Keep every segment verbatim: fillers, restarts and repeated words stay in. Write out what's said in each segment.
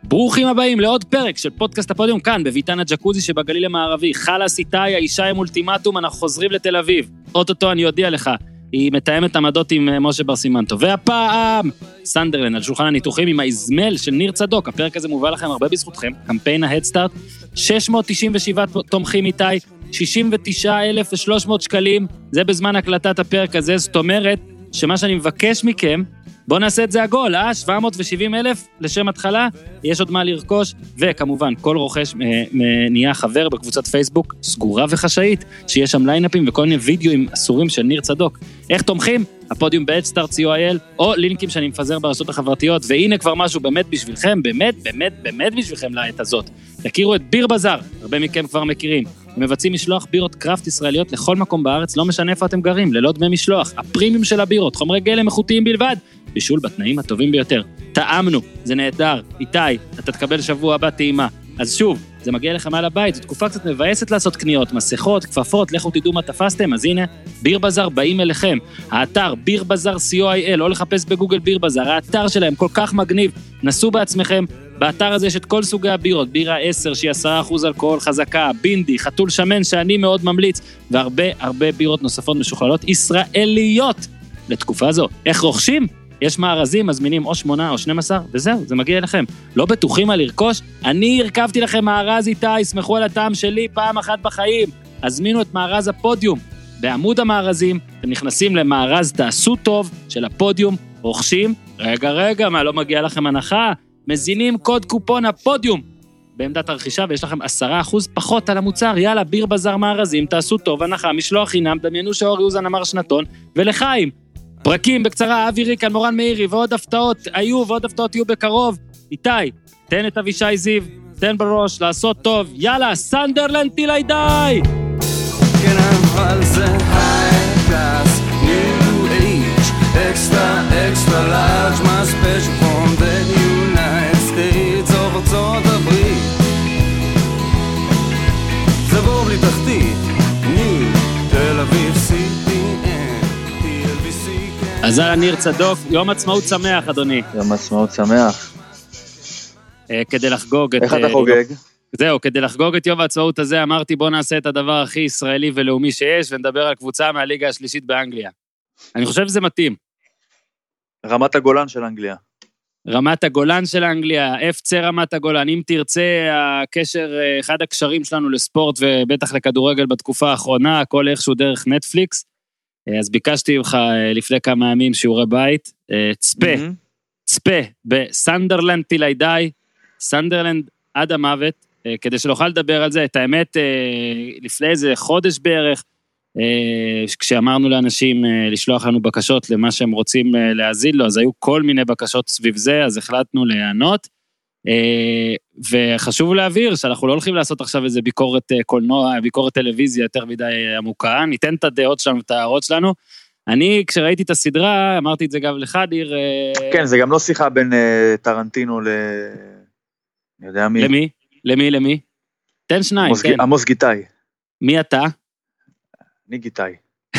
ברוכים הבאים לעוד פרק של פודקאסט הפודיום כאן, בביתן הג'קוזי שבגליל המערבי. חלאס איתי, האישה עם אולטימטום, אנחנו חוזרים לתל אביב. אוטוטו אני יודיע לך, היא מתאמת עמדות עם משה בר סימנטו. והפעם, סנדרלנד על שולחן הניתוחים עם האזמל של ניר צדוק. הפרק הזה מובא לכם הרבה בזכותכם, קמפיין ההדסטארט, שש מאות תשעים ושבעה תומכים איתי, שישים ותשעה אלף ושלוש מאות שקלים, זה בזמן הקלטת הפרק הזה, זאת אומרת שמה שאני מבקש מכם, בואו נעשה את זה עגול, אה? שבע מאות ושבעים אלף לשם התחלה, יש עוד מה לרכוש, וכמובן, כל רוכש נהיה חבר בקבוצת פייסבוק סגורה וחשאית, שיש שם ליינאפים וכל מיני וידאוים אסורים של ניר צדוק. איך תומכים? הפודיום ב-Headsstart סי או איי אל, או לינקים שאני מפזר ברשתות החברתיות, והנה כבר משהו באמת בשבילכם, באמת, באמת, באמת בשבילכם לעת הזאת. תכירו את ביר בזאר, הרבה מכם כבר מכירים. הם מבצעים משלוח בירות קראפט ישראליות לכל מקום בארץ, לא משנה איפה אתם גרים, ללא דמי משלוח. הפרימיום של הבירות, חומרי גלם איכותיים בלבד, בישול בתנאים הטובים ביותר. טעמנו, זה נהדר. איתי, אתה תקבל שבוע הבא טעימה. אז שוב, זה מגיע לכם על הבית, זו תקופה קצת מבאסת לעשות קניות, מסכות, כפפות, לכו תדעו מה תפסתם, אז הנה, ביר בזאר באים אליכם. האתר ביר בזאר סי או איי אל, לא לחפש בגוגל ביר בזאר, האתר שלהם כל כך מגניב, נסו בעצמכם, באתר הזה יש את כל סוגי הבירות, בירה עשר שהיא עשרה אחוז אלכוהול חזקה, בינדי, חתול שמן שאני מאוד ממליץ, והרבה הרבה בירות נוספות משוכללות ישראליות לתקופה זו. איך רוכשים? יש מארזים, מזמינים או שמונה או שנים עשר, וזהו, זה מגיע אליכם. לא בטוחים מה לרכוש? אני הרכבתי לכם מארז איתי, סמכו על הטעם שלי פעם אחת בחיים. הזמינו את מארז הפודיום. בעמוד המארזים, אתם נכנסים למארז תעשו טוב של הפודיום, רוכשים, רגע רגע, מה לא מגיע לכם הנחה? מזינים קוד קופון הפודיום. בעמדת הרכישה, ויש לכם עשרה אחוז פחות על המוצר, יאללה, ביר בזאר מארזים, תעשו טוב, הנחה, משלוח חינם, דמיינו שאור יוזן אמר שנתון, ולחיים. פרקים בקצרה, אבי ריקן, מורן מאירי, ועוד הפתעות היו, ועוד הפתעות יהיו בקרוב. איתי, תן את אבישי זיו, תן בראש, לעשות טוב, יאללה, סנדרלנד תילי די! כן, אבל זה high class, new age, extra, extra large, my special from the United States of ארצות הברית. זה בור בלי תחתית, new, תל אביב סיטי. אז על ניר צדוק, יום עצמאות שמח, אדוני. יום עצמאות שמח. כדי לחגוג את... איך אתה חוגג? זהו, כדי לחגוג את יום העצמאות הזה, אמרתי בוא נעשה את הדבר הכי ישראלי ולאומי שיש, ונדבר על קבוצה מהליגה השלישית באנגליה. אני חושב שזה מתאים. רמת הגולן של אנגליה. רמת הגולן של אנגליה, אף סי רמת הגולן. אם תרצה, הקשר, אחד הקשרים שלנו לספורט, ובטח לכדורגל בתקופה האחרונה, הכל איכשהו דרך נטפליקס. אז ביקשתי לך לפני כמה ימים שיעורי בית, צפה, צפה בסנדרלנד תילי די, סנדרלנד עד המוות, כדי שנוכל לדבר על זה. את האמת, לפני איזה חודש בערך, כשאמרנו לאנשים לשלוח לנו בקשות למה שהם רוצים להזיל לו, אז היו כל מיני בקשות סביב זה, אז החלטנו להיענות, וחשוב להבהיר שאנחנו לא הולכים לעשות עכשיו איזה ביקורת קולנוע, ביקורת טלוויזיה יותר מדי עמוקה, ניתן את הדעות שלנו, את ההערות שלנו. אני, כשראיתי את הסדרה, אמרתי את זה גם לך, דיר... כן, זה גם לא שיחה בין טרנטינו ל... אני יודע מי. למי? למי, למי? תן שניים, כן. עמוס גיטאי. מי אתה? אני גיטאי.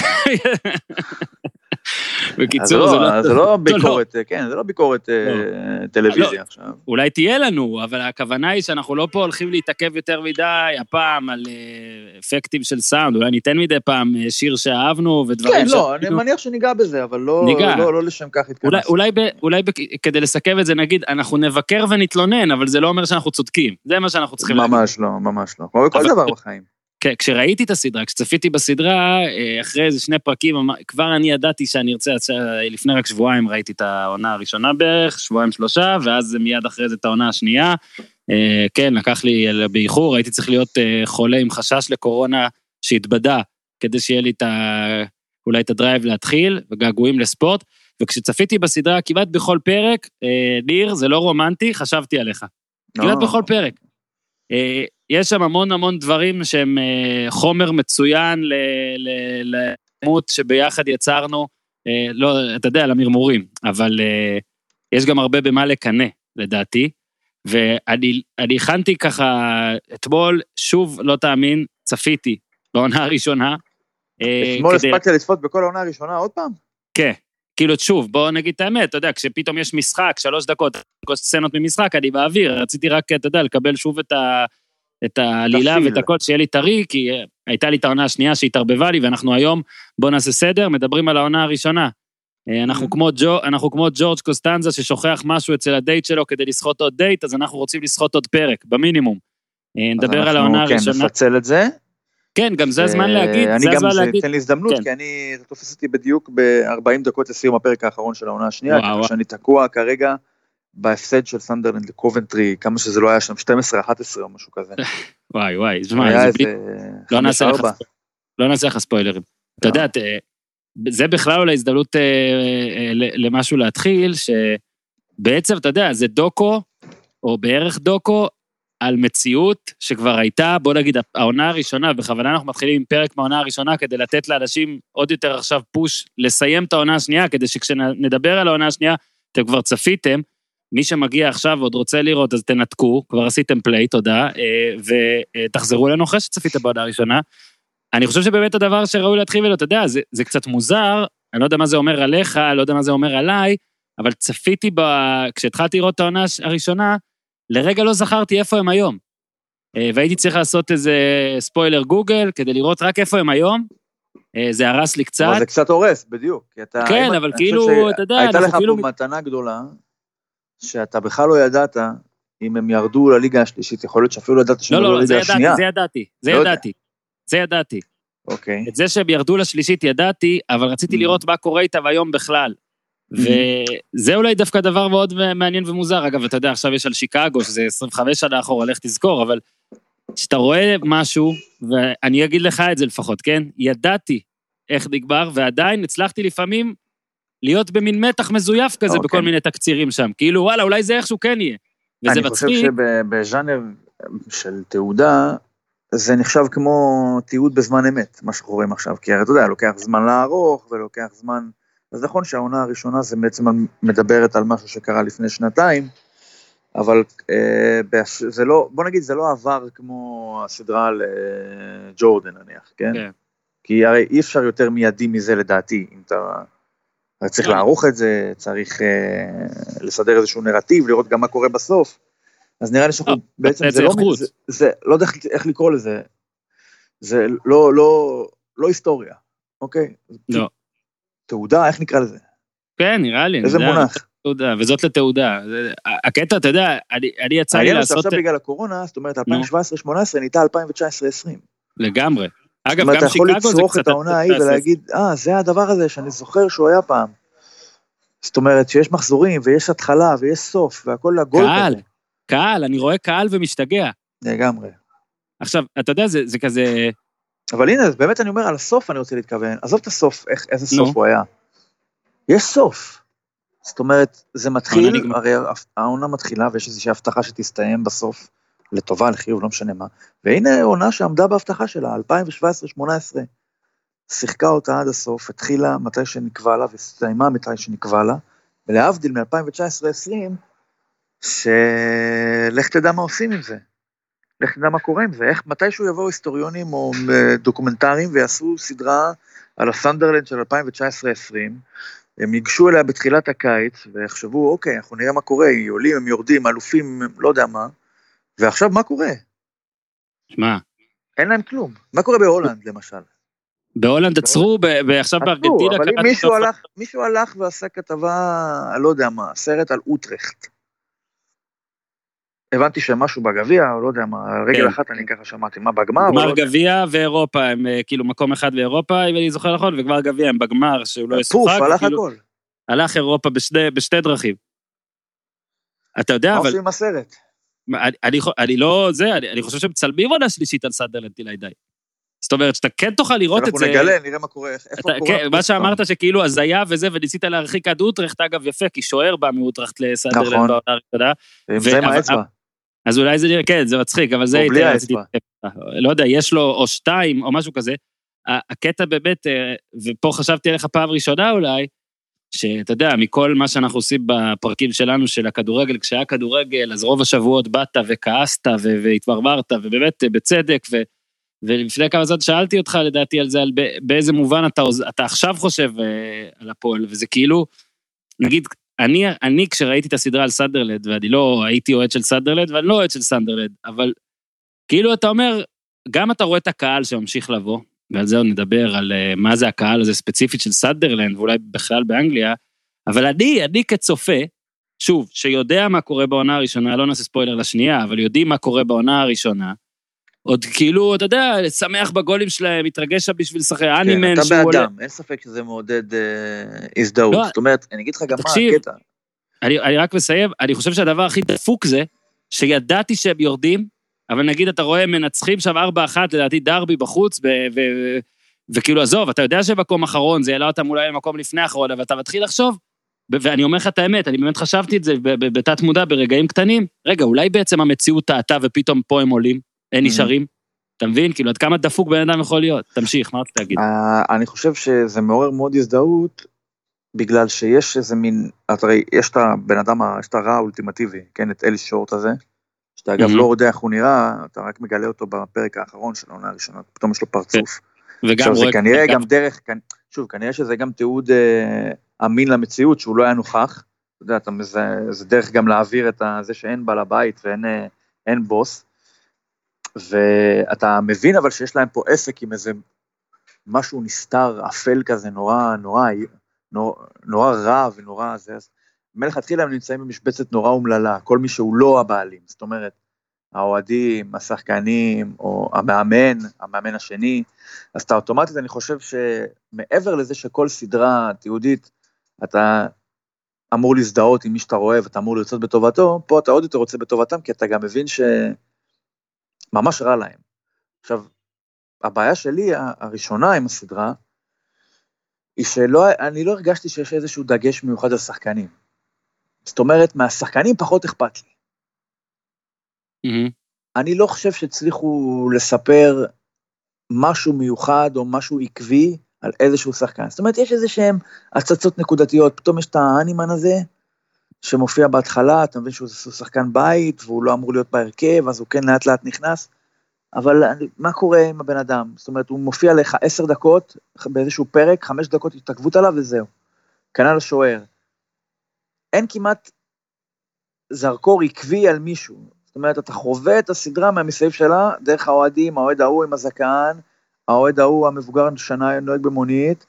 בקיצור, זה לא ביקורת, כן, זה לא ביקורת טלוויזיה עכשיו. אולי תהיה לנו, אבל הכוונה היא שאנחנו לא פה הולכים להתעכב יותר מדי, הפעם על אפקטים של סאונד, אולי ניתן מדי פעם שיר שאהבנו ודברים כן, לא, אני מניח שניגע בזה, אבל לא לשם כך התכנס. אולי כדי לסכם את זה נגיד, אנחנו נבקר ונתלונן, אבל זה לא אומר שאנחנו צודקים, זה מה שאנחנו צריכים להגיד. ממש לא, ממש לא, כמו בכל דבר בחיים. כן, כשראיתי את הסדרה, כשצפיתי בסדרה, אחרי איזה שני פרקים, כבר אני ידעתי שאני ארצה, לפני רק שבועיים ראיתי את העונה הראשונה בערך, שבועיים שלושה, ואז מיד אחרי זה את העונה השנייה, כן, לקח לי באיחור, הייתי צריך להיות חולה עם חשש לקורונה שהתבדה, כדי שיהיה לי את ה... אולי את הדרייב להתחיל, וגעגועים לספורט, וכשצפיתי בסדרה כמעט בכל פרק, ניר, זה לא רומנטי, חשבתי עליך. כמעט בכל פרק. יש שם המון המון דברים שהם חומר מצוין לדמות שביחד יצרנו, לא, אתה יודע, למרמורים, אבל יש גם הרבה במה לקנה, לדעתי, ואני הכנתי ככה, אתמול, שוב לא תאמין, צפיתי בעונה הראשונה. אתמול הספקת לצפות בכל העונה הראשונה עוד פעם? כן, כאילו, שוב, בואו נגיד את האמת, אתה יודע, כשפתאום יש משחק, שלוש דקות, סצנות ממשחק, אני באוויר, רציתי רק, אתה יודע, לקבל שוב את ה... את העלילה ואת הכל, שיהיה לי טרי, כי הייתה לי את העונה השנייה שהתערבבה לי, ואנחנו היום, בוא נעשה סדר, מדברים על העונה הראשונה. אנחנו כמו ג'ו, אנחנו כמו ג'ורג' קוסטנזה, ששוכח משהו אצל הדייט שלו, כדי לסחוט עוד דייט, אז אנחנו רוצים לסחוט עוד פרק, במינימום. נדבר על העונה הראשונה. כן, נפצל את זה. כן, גם זה הזמן להגיד, זה הזמן להגיד. תן לי הזדמנות, כי אני תופס אותי בדיוק ב-ארבעים דקות לסיום הפרק האחרון של העונה השנייה, שאני תקוע כרגע בהפסד של סנדרלנד לקובנטרי, כמה שזה לא היה שם, שתים עשרה אחת עשרה או משהו כזה. וואי וואי, לא נעשה לך ספוילרים. אתה יודע, זה בכלל אולי הזדמנות למשהו להתחיל, שבעצם, אתה יודע, זה דוקו, או בערך דוקו, על מציאות שכבר הייתה, בוא נגיד, העונה הראשונה, בכוונה אנחנו מתחילים עם פרק מהעונה הראשונה, כדי לתת לאנשים עוד יותר עכשיו פוש, לסיים את העונה השנייה, כדי שכשנדבר על העונה השנייה, אתם כבר צפיתם, מי שמגיע עכשיו ועוד רוצה לראות, אז תנתקו, כבר עשיתם פליי, תודה, ותחזרו לנו אחרי שצפיתם בעונה הראשונה. אני חושב שבאמת הדבר שראוי להתחיל ולא, אתה יודע, זה, זה קצת מוזר, אני לא יודע מה זה אומר עליך, לא יודע מה זה אומר עליי, אבל צפיתי ב... כשהתחלתי לראות את העונה הראשונה, לרגע לא זכרתי איפה הם היום. והייתי צריך לעשות איזה ספוילר גוגל, כדי לראות רק איפה הם היום, זה הרס לי קצת. אבל זה קצת הורס, בדיוק. אתה, כן, אבל כאילו, אתה יודע, הייתה לך כאילו... פה מתנה גדולה, שאתה בכלל לא ידעת, אם הם ירדו לליגה השלישית, יכול להיות שאפילו לא ידעת שהם ירדו לליגה השנייה. זה ידעתי, זה ידעתי, זה ידעתי. אוקיי. את זה שהם ירדו לשלישית ידעתי, אבל רציתי לראות מה קורה איתה היום בכלל. וזה אולי דווקא דבר מאוד מעניין ומוזר. אגב, אתה יודע, עכשיו יש על שיקגו, שזה עשרים וחמש שנה אחורה, לך תזכור, אבל כשאתה רואה משהו, ואני אגיד לך את זה לפחות, כן? ידעתי איך נגבר, ועדיין הצלחתי לפעמים להיות במין מתח מזויף כזה, okay. בכל מיני תקצירים שם. כאילו, וואלה, אולי זה איכשהו כן יהיה. וזה אני מצחיק. חושב שבז'אנר של תעודה, זה נחשב כמו תיעוד בזמן אמת, מה שאנחנו רואים עכשיו. כי אתה יודע, לוקח זמן לערוך, ולוקח זמן... אז נכון שהעונה הראשונה זה בעצם מדברת על משהו שקרה לפני שנתיים, אבל אה, זה לא, בוא נגיד, זה לא עבר כמו הסדרה על אה, ג'ורדן נניח, כן? כן. כי הרי אי אפשר יותר מיידי מזה לדעתי, אם אתה... צריך לערוך את זה, צריך אה, לסדר איזשהו נרטיב, לראות גם מה קורה בסוף, אז נראה לי שאנחנו, בעצם זה לא, זה, זה, לא יודע איך לקרוא לזה, זה לא, לא, לא היסטוריה, אוקיי? לא. תעודה, איך נקרא לזה? כן, נראה לי. איזה מונח? תעודה, וזאת לתעודה. הקטע, אתה יודע, אני יצא לי לעשות... עכשיו בגלל הקורונה, זאת אומרת, אלפיים שבע עשרה שמונה עשרה נהייתה אלפיים תשע עשרה עשרים. לגמרי. אגב, גם שיקגו זה קצת... אתה יכול לצרוך את העונה ההיא ולהגיד, אה, זה הדבר הזה שאני זוכר שהוא היה פעם. זאת אומרת, שיש מחזורים, ויש התחלה, ויש סוף, והכל לגול כזה. קהל, קהל, אני רואה קהל ומשתגע. לגמרי. עכשיו, אתה יודע, זה כזה... אבל הנה, באמת אני אומר, על הסוף אני רוצה להתכוון, עזוב את הסוף, איך, איזה סוף הוא היה. יש סוף. זאת אומרת, זה מתחיל, הרי העונה מתחילה, ויש איזושהי הבטחה שתסתיים בסוף, לטובה, לחיוב, לא משנה מה. והנה עונה שעמדה בהבטחה שלה, אלפיים שבע עשרה שמונה עשרה, שיחקה אותה עד הסוף, התחילה מתי שנקבע לה, וסתיימה מתי שנקבע לה, ולהבדיל מ-אלפיים תשע עשרה עשרים, שלך תדע מה עושים עם זה. לך תדע מה קורה עם זה, איך מתישהו יבואו היסטוריונים או דוקומנטרים ויעשו סדרה על הסנדרלנד של אלפיים תשע עשרה עשרים, הם ייגשו אליה בתחילת הקיץ ויחשבו, אוקיי, אנחנו נראה מה קורה, הם עולים, הם יורדים, אלופים, לא יודע מה, ועכשיו מה קורה? שמה? אין להם כלום. מה קורה בהולנד למשל? בהולנד עצרו, ועכשיו בארגנטינה... אבל אם מישהו הלך ועשה כתבה, לא יודע מה, סרט על אוטרחט, הבנתי שמשהו בגביע, או לא יודע מה, רגל אחת אני ככה שמעתי, מה בגמר? גמר גביע ואירופה, הם כאילו מקום אחד באירופה, אם אני זוכר נכון, וגמר גביע הם בגמר, שהוא לא ישוחק. פוף, הלך הכל. הלך אירופה בשתי דרכים. אתה יודע, אבל... מה עושים הסרט? אני לא, זה, אני חושב שמצלמים עונה שלישית על סנדרלנד טילי די. זאת אומרת, שאתה כן תוכל לראות את זה... אנחנו נגלה, נראה מה קורה, איפה קורה... מה שאמרת שכאילו הזיה וזה, וניסית להרחיק עד אוטרחט, אגב יפה, כי שוער בא מאוטרחט לסנדרלנד בעונה, זה מה האצבע. אז אולי זה נראה, כן, זה מצחיק, אבל זה... או בלי האצבע. לא יודע, יש לו או שתיים, או משהו כזה. הקטע באמת, ופה חשבתי עליך פעם ראשונה אולי, שאתה יודע, מכל מה שאנחנו עושים בפרקים שלנו של הכדורגל, כשהיה כדורגל, אז רוב השבועות באת וכעסת והתברברת, ובאמת בצדק, ולפני כמה זמן שאלתי אותך, לדעתי, על זה, על באיזה מובן אתה, אתה עכשיו חושב על הפועל, וזה כאילו, נגיד, אני, אני כשראיתי את הסדרה על סנדרלנד, ואני לא הייתי אוהד של סנדרלנד, ואני לא אוהד של סנדרלנד, אבל כאילו אתה אומר, גם אתה רואה את הקהל שממשיך לבוא, ועל זה עוד נדבר, על מה זה הקהל הזה ספציפית של סנדרלנד, ואולי בכלל באנגליה, אבל אני, אני כצופה, שוב, שיודע מה קורה בעונה הראשונה, לא נעשה ספוילר לשנייה, אבל יודעים מה קורה בעונה הראשונה, עוד כאילו, אתה יודע, שמח בגולים שלהם, מתרגש שם בשביל שחק, אנימן שהוא עולה. אתה באדם, אין ספק שזה מעודד הזדהות. זאת אומרת, אני אגיד לך גם מה הקטע. אני רק מסיים, אני חושב שהדבר הכי דפוק זה, שידעתי שהם יורדים, אבל נגיד אתה רואה מנצחים שם ארבע אחת, לדעתי דרבי בחוץ, וכאילו עזוב, אתה יודע שבקום אחרון, זה העלה אותם אולי למקום לפני האחרון, אבל אתה מתחיל לחשוב, ואני אומר לך את האמת, אני באמת חשבתי את זה בתת מודע, ברגעים קטנים, רגע, אולי בעצם המציאות טעתה, ופתאום פה הם עולים, הם נשארים, אתה מבין? כאילו, עד כמה דפוק בן אדם יכול להיות? תמשיך, מה אתה תגיד? אני חושב שזה מעורר מאוד הזדהות, בגלל שיש איזה מין, תראי, יש את הבן אדם, יש את הרע האולטימטיבי, כן, את אליס שורט הזה, שאתה אגב לא יודע איך הוא נראה, אתה רק מגלה אותו בפרק האחרון של העונה הראשונה, פתאום יש לו פרצוף. וגם זה כנראה גם דרך, שוב, כנראה שזה גם תיעוד אמין למציאות, שהוא לא היה נוכח, אתה יודע, זה דרך גם להעביר את זה שאין בעל הבית ואין בוס, ואתה מבין אבל שיש להם פה עסק עם איזה משהו נסתר, אפל כזה, נורא, נורא, נורא, נורא רע ונורא זה, מלכתחילה הם נמצאים במשבצת נורא אומללה, כל מי שהוא לא הבעלים, זאת אומרת, האוהדים, השחקנים, או המאמן, המאמן השני, אז אתה אוטומטית, אני חושב שמעבר לזה שכל סדרה תיעודית, אתה אמור להזדהות עם מי שאתה רואה, ואתה אמור לרצות בטובתו, פה אתה עוד יותר רוצה בטובתם, כי אתה גם מבין שממש רע להם. עכשיו, הבעיה שלי, הראשונה עם הסדרה, היא שלא, אני לא הרגשתי שיש איזשהו דגש מיוחד על שחקנים. זאת אומרת, מהשחקנים פחות אכפת לי. Mm-hmm. אני לא חושב שהצליחו לספר משהו מיוחד או משהו עקבי על איזשהו שחקן. זאת אומרת, יש איזה שהם הצצות נקודתיות, פתאום יש את האנימן הזה, שמופיע בהתחלה, אתה מבין שהוא שחקן בית, והוא לא אמור להיות בהרכב, אז הוא כן לאט לאט נכנס, אבל מה קורה עם הבן אדם? זאת אומרת, הוא מופיע לך עשר דקות, באיזשהו פרק, חמש דקות התעכבות עליו וזהו. כנ"ל השוער. אין כמעט זרקור עקבי על מישהו. זאת אומרת, אתה חווה את הסדרה מהמסביב שלה, דרך האוהדים, האוהד ההוא עם הזקן, האוהד ההוא המבוגר שנה נוהג במונית,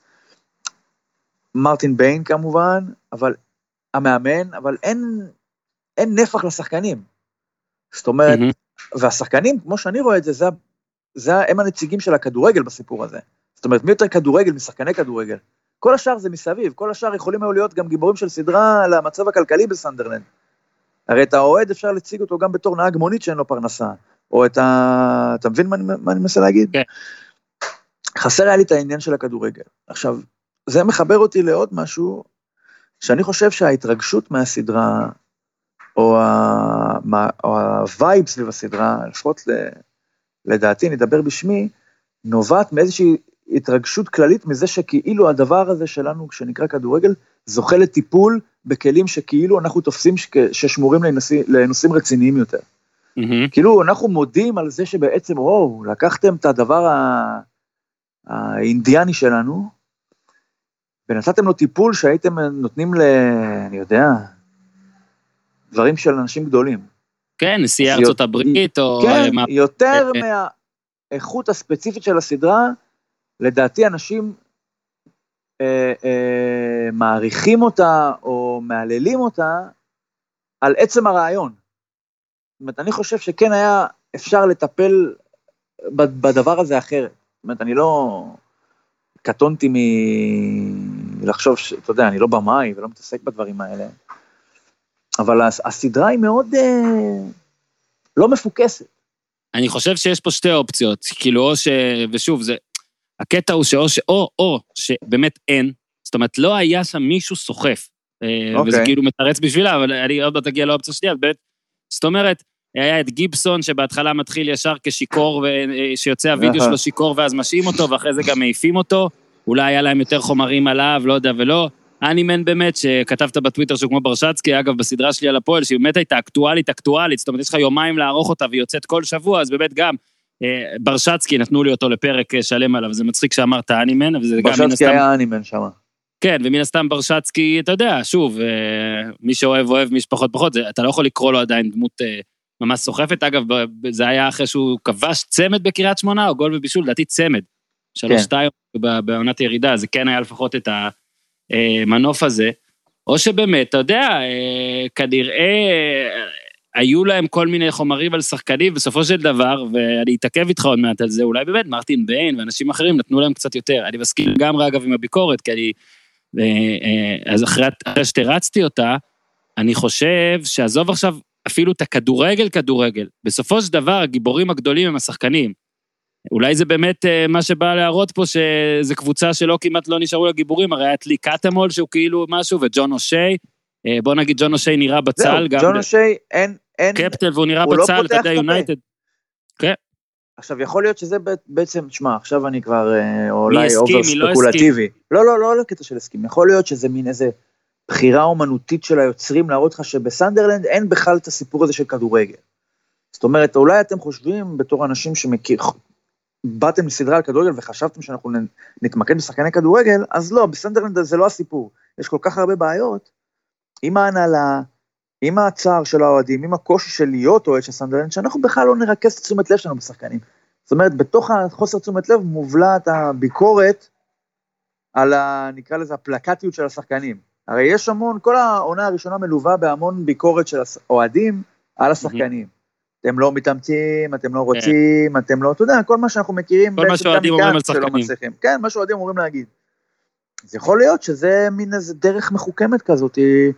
מרטין ביין כמובן, אבל המאמן, אבל אין, אין נפח לשחקנים. זאת אומרת, mm-hmm. והשחקנים, כמו שאני רואה את זה, זה, זה הם הנציגים של הכדורגל בסיפור הזה. זאת אומרת, מי יותר כדורגל משחקני כדורגל? כל השאר זה מסביב, כל השאר יכולים היו להיות גם גיבורים של סדרה על המצב הכלכלי בסנדרלנד. הרי את האוהד אפשר להציג אותו גם בתור נהג מונית שאין לו פרנסה, או את ה... אתה מבין מה אני, מה אני מנסה להגיד? כן. Okay. חסר היה לי את העניין של הכדורגל. עכשיו, זה מחבר אותי לעוד משהו, שאני חושב שההתרגשות מהסדרה, או, ה... או הווייב סביב הסדרה, לפחות לדעתי, נדבר בשמי, נובעת מאיזושהי התרגשות כללית מזה שכאילו הדבר הזה שלנו, שנקרא כדורגל, זוכה לטיפול בכלים שכאילו אנחנו תופסים ששמורים לנושאים, לנושאים רציניים יותר. Mm-hmm. כאילו אנחנו מודים על זה שבעצם, וואו, לקחתם את הדבר האינדיאני שלנו, ונתתם לו טיפול שהייתם נותנים ל... אני יודע, דברים של אנשים גדולים. כן, נשיא ארצות הברית, או... כן, יותר מהאיכות הספציפית של הסדרה, לדעתי אנשים אה, אה, מעריכים אותה, או מעללים אותה, על עצם הרעיון. זאת אומרת, אני חושב שכן היה אפשר לטפל בדבר הזה אחרת. זאת אומרת, אני לא קטונתי מלחשוב, אתה יודע, אני לא במאי, ולא מתעסק בדברים האלה. אבל הסדרה היא מאוד אה, לא מפוקסת. אני חושב שיש פה שתי אופציות, כאילו, או ש... ושוב, זה... הקטע הוא שאו, או, או, שבאמת אין, זאת אומרת, לא היה שם מישהו סוחף, okay. וזה כאילו מתרץ בשבילה, אבל אני עוד לא תגיע לאופציה שנייה, זאת אומרת, היה את גיבסון, שבהתחלה מתחיל ישר כשיקור, שיוצא הוידאו שלו שיקור, ואז משאים אותו, ואחרי זה גם מעיפים אותו, אולי היה להם יותר חומרים עליו, לא יודע ולא, אנימן באמת, שכתבת בטוויטר שהוא כמו ברשצקי, אגב, בסדרה שלי על הפועל, שהיא באמת הייתה אקטואלית, אקטואלית, זאת אומרת, יש לך יומיים לערוך אותה, והיא יוצאת כל שבוע, אז באמת גם, ברשצקי, נתנו לי אותו לפרק שלם עליו, זה מצחיק שאמרת אנימן, ברשצקי היה אנימן שם. כן, ומן הסתם ברשצקי, אתה יודע, שוב, מי שאוהב אוהב, מי שפחות פחות, אתה לא יכול לקרוא לו עדיין דמות ממש סוחפת, אגב, זה היה אחרי שהוא כבש צמד בקריית שמונה, או גול ובישול, דעתי צמד, שלוש שתיים בעונת ירידה, זה כן היה לפחות את המנוף הזה, או שבאמת, אתה יודע, כנראה, היו להם כל מיני חומרים על שחקנים, בסופו של דבר, ואני אתעכב איתך עוד מעט על זה, אולי באמת, מרטין ביין ואנשים אחרים נתנו להם קצת יותר, אני מסכים גם אגב עם הביקורת, כי אני, אז אחרי, אחרי שתרצתי אותה, אני חושב שעזוב עכשיו אפילו את הכדורגל כדורגל, בסופו של דבר הגיבורים הגדולים הם השחקנים, אולי זה באמת מה שבא להראות פה, שזה קבוצה שלא כמעט לא נשארו לגיבורים, הרי היה לי קטמול שהוא כאילו משהו, וג'ון אושי, בוא נגיד ג'ון אושי נראה בצל, זהו, ג'ון אושי אין, אין, קפטן והוא נראה בצל, אתה יודע, יונייטד. כן. עכשיו יכול להיות שזה בעצם, תשמע, עכשיו אני כבר אולי מי אובר הסכים, מי לא ספקולטיבי. לא, לא, לא, לא קטע של הסכים. יכול להיות שזה מין איזה בחירה אומנותית של היוצרים, להראות לך שבסנדרלנד אין בכלל את הסיפור הזה של כדורגל. זאת אומרת, אולי אתם חושבים בתור אנשים שמכיר, באתם לסדרה על כדורגל וחשבתם שאנחנו נתמקד בשחקני כדורגל, אז לא, בסנדרלנד זה לא הסיפור. יש כל כך הרבה בעיות, עם ההנהלה, עם הצער של האוהדים, עם הקושי של להיות אוהד של סנדרלנד, שאנחנו בכלל לא נרכז את תשומת לב שלנו בשחקנים. זאת אומרת, בתוך החוסר תשומת לב מובלעת הביקורת על ה, נקרא לזה, הפלקטיות של השחקנים. הרי יש המון, כל העונה הראשונה מלווה בהמון ביקורת של האוהדים על השחקנים. אתם לא מתאמצים, אתם לא רוצים, אתם לא, אתה יודע, כל מה שאנחנו מכירים, כל מה שאוהדים אומרים על שחקנים. כן, מה שאוהדים אומרים להגיד. אז יכול להיות שזה מין איזה דרך מחוכמת כזאת,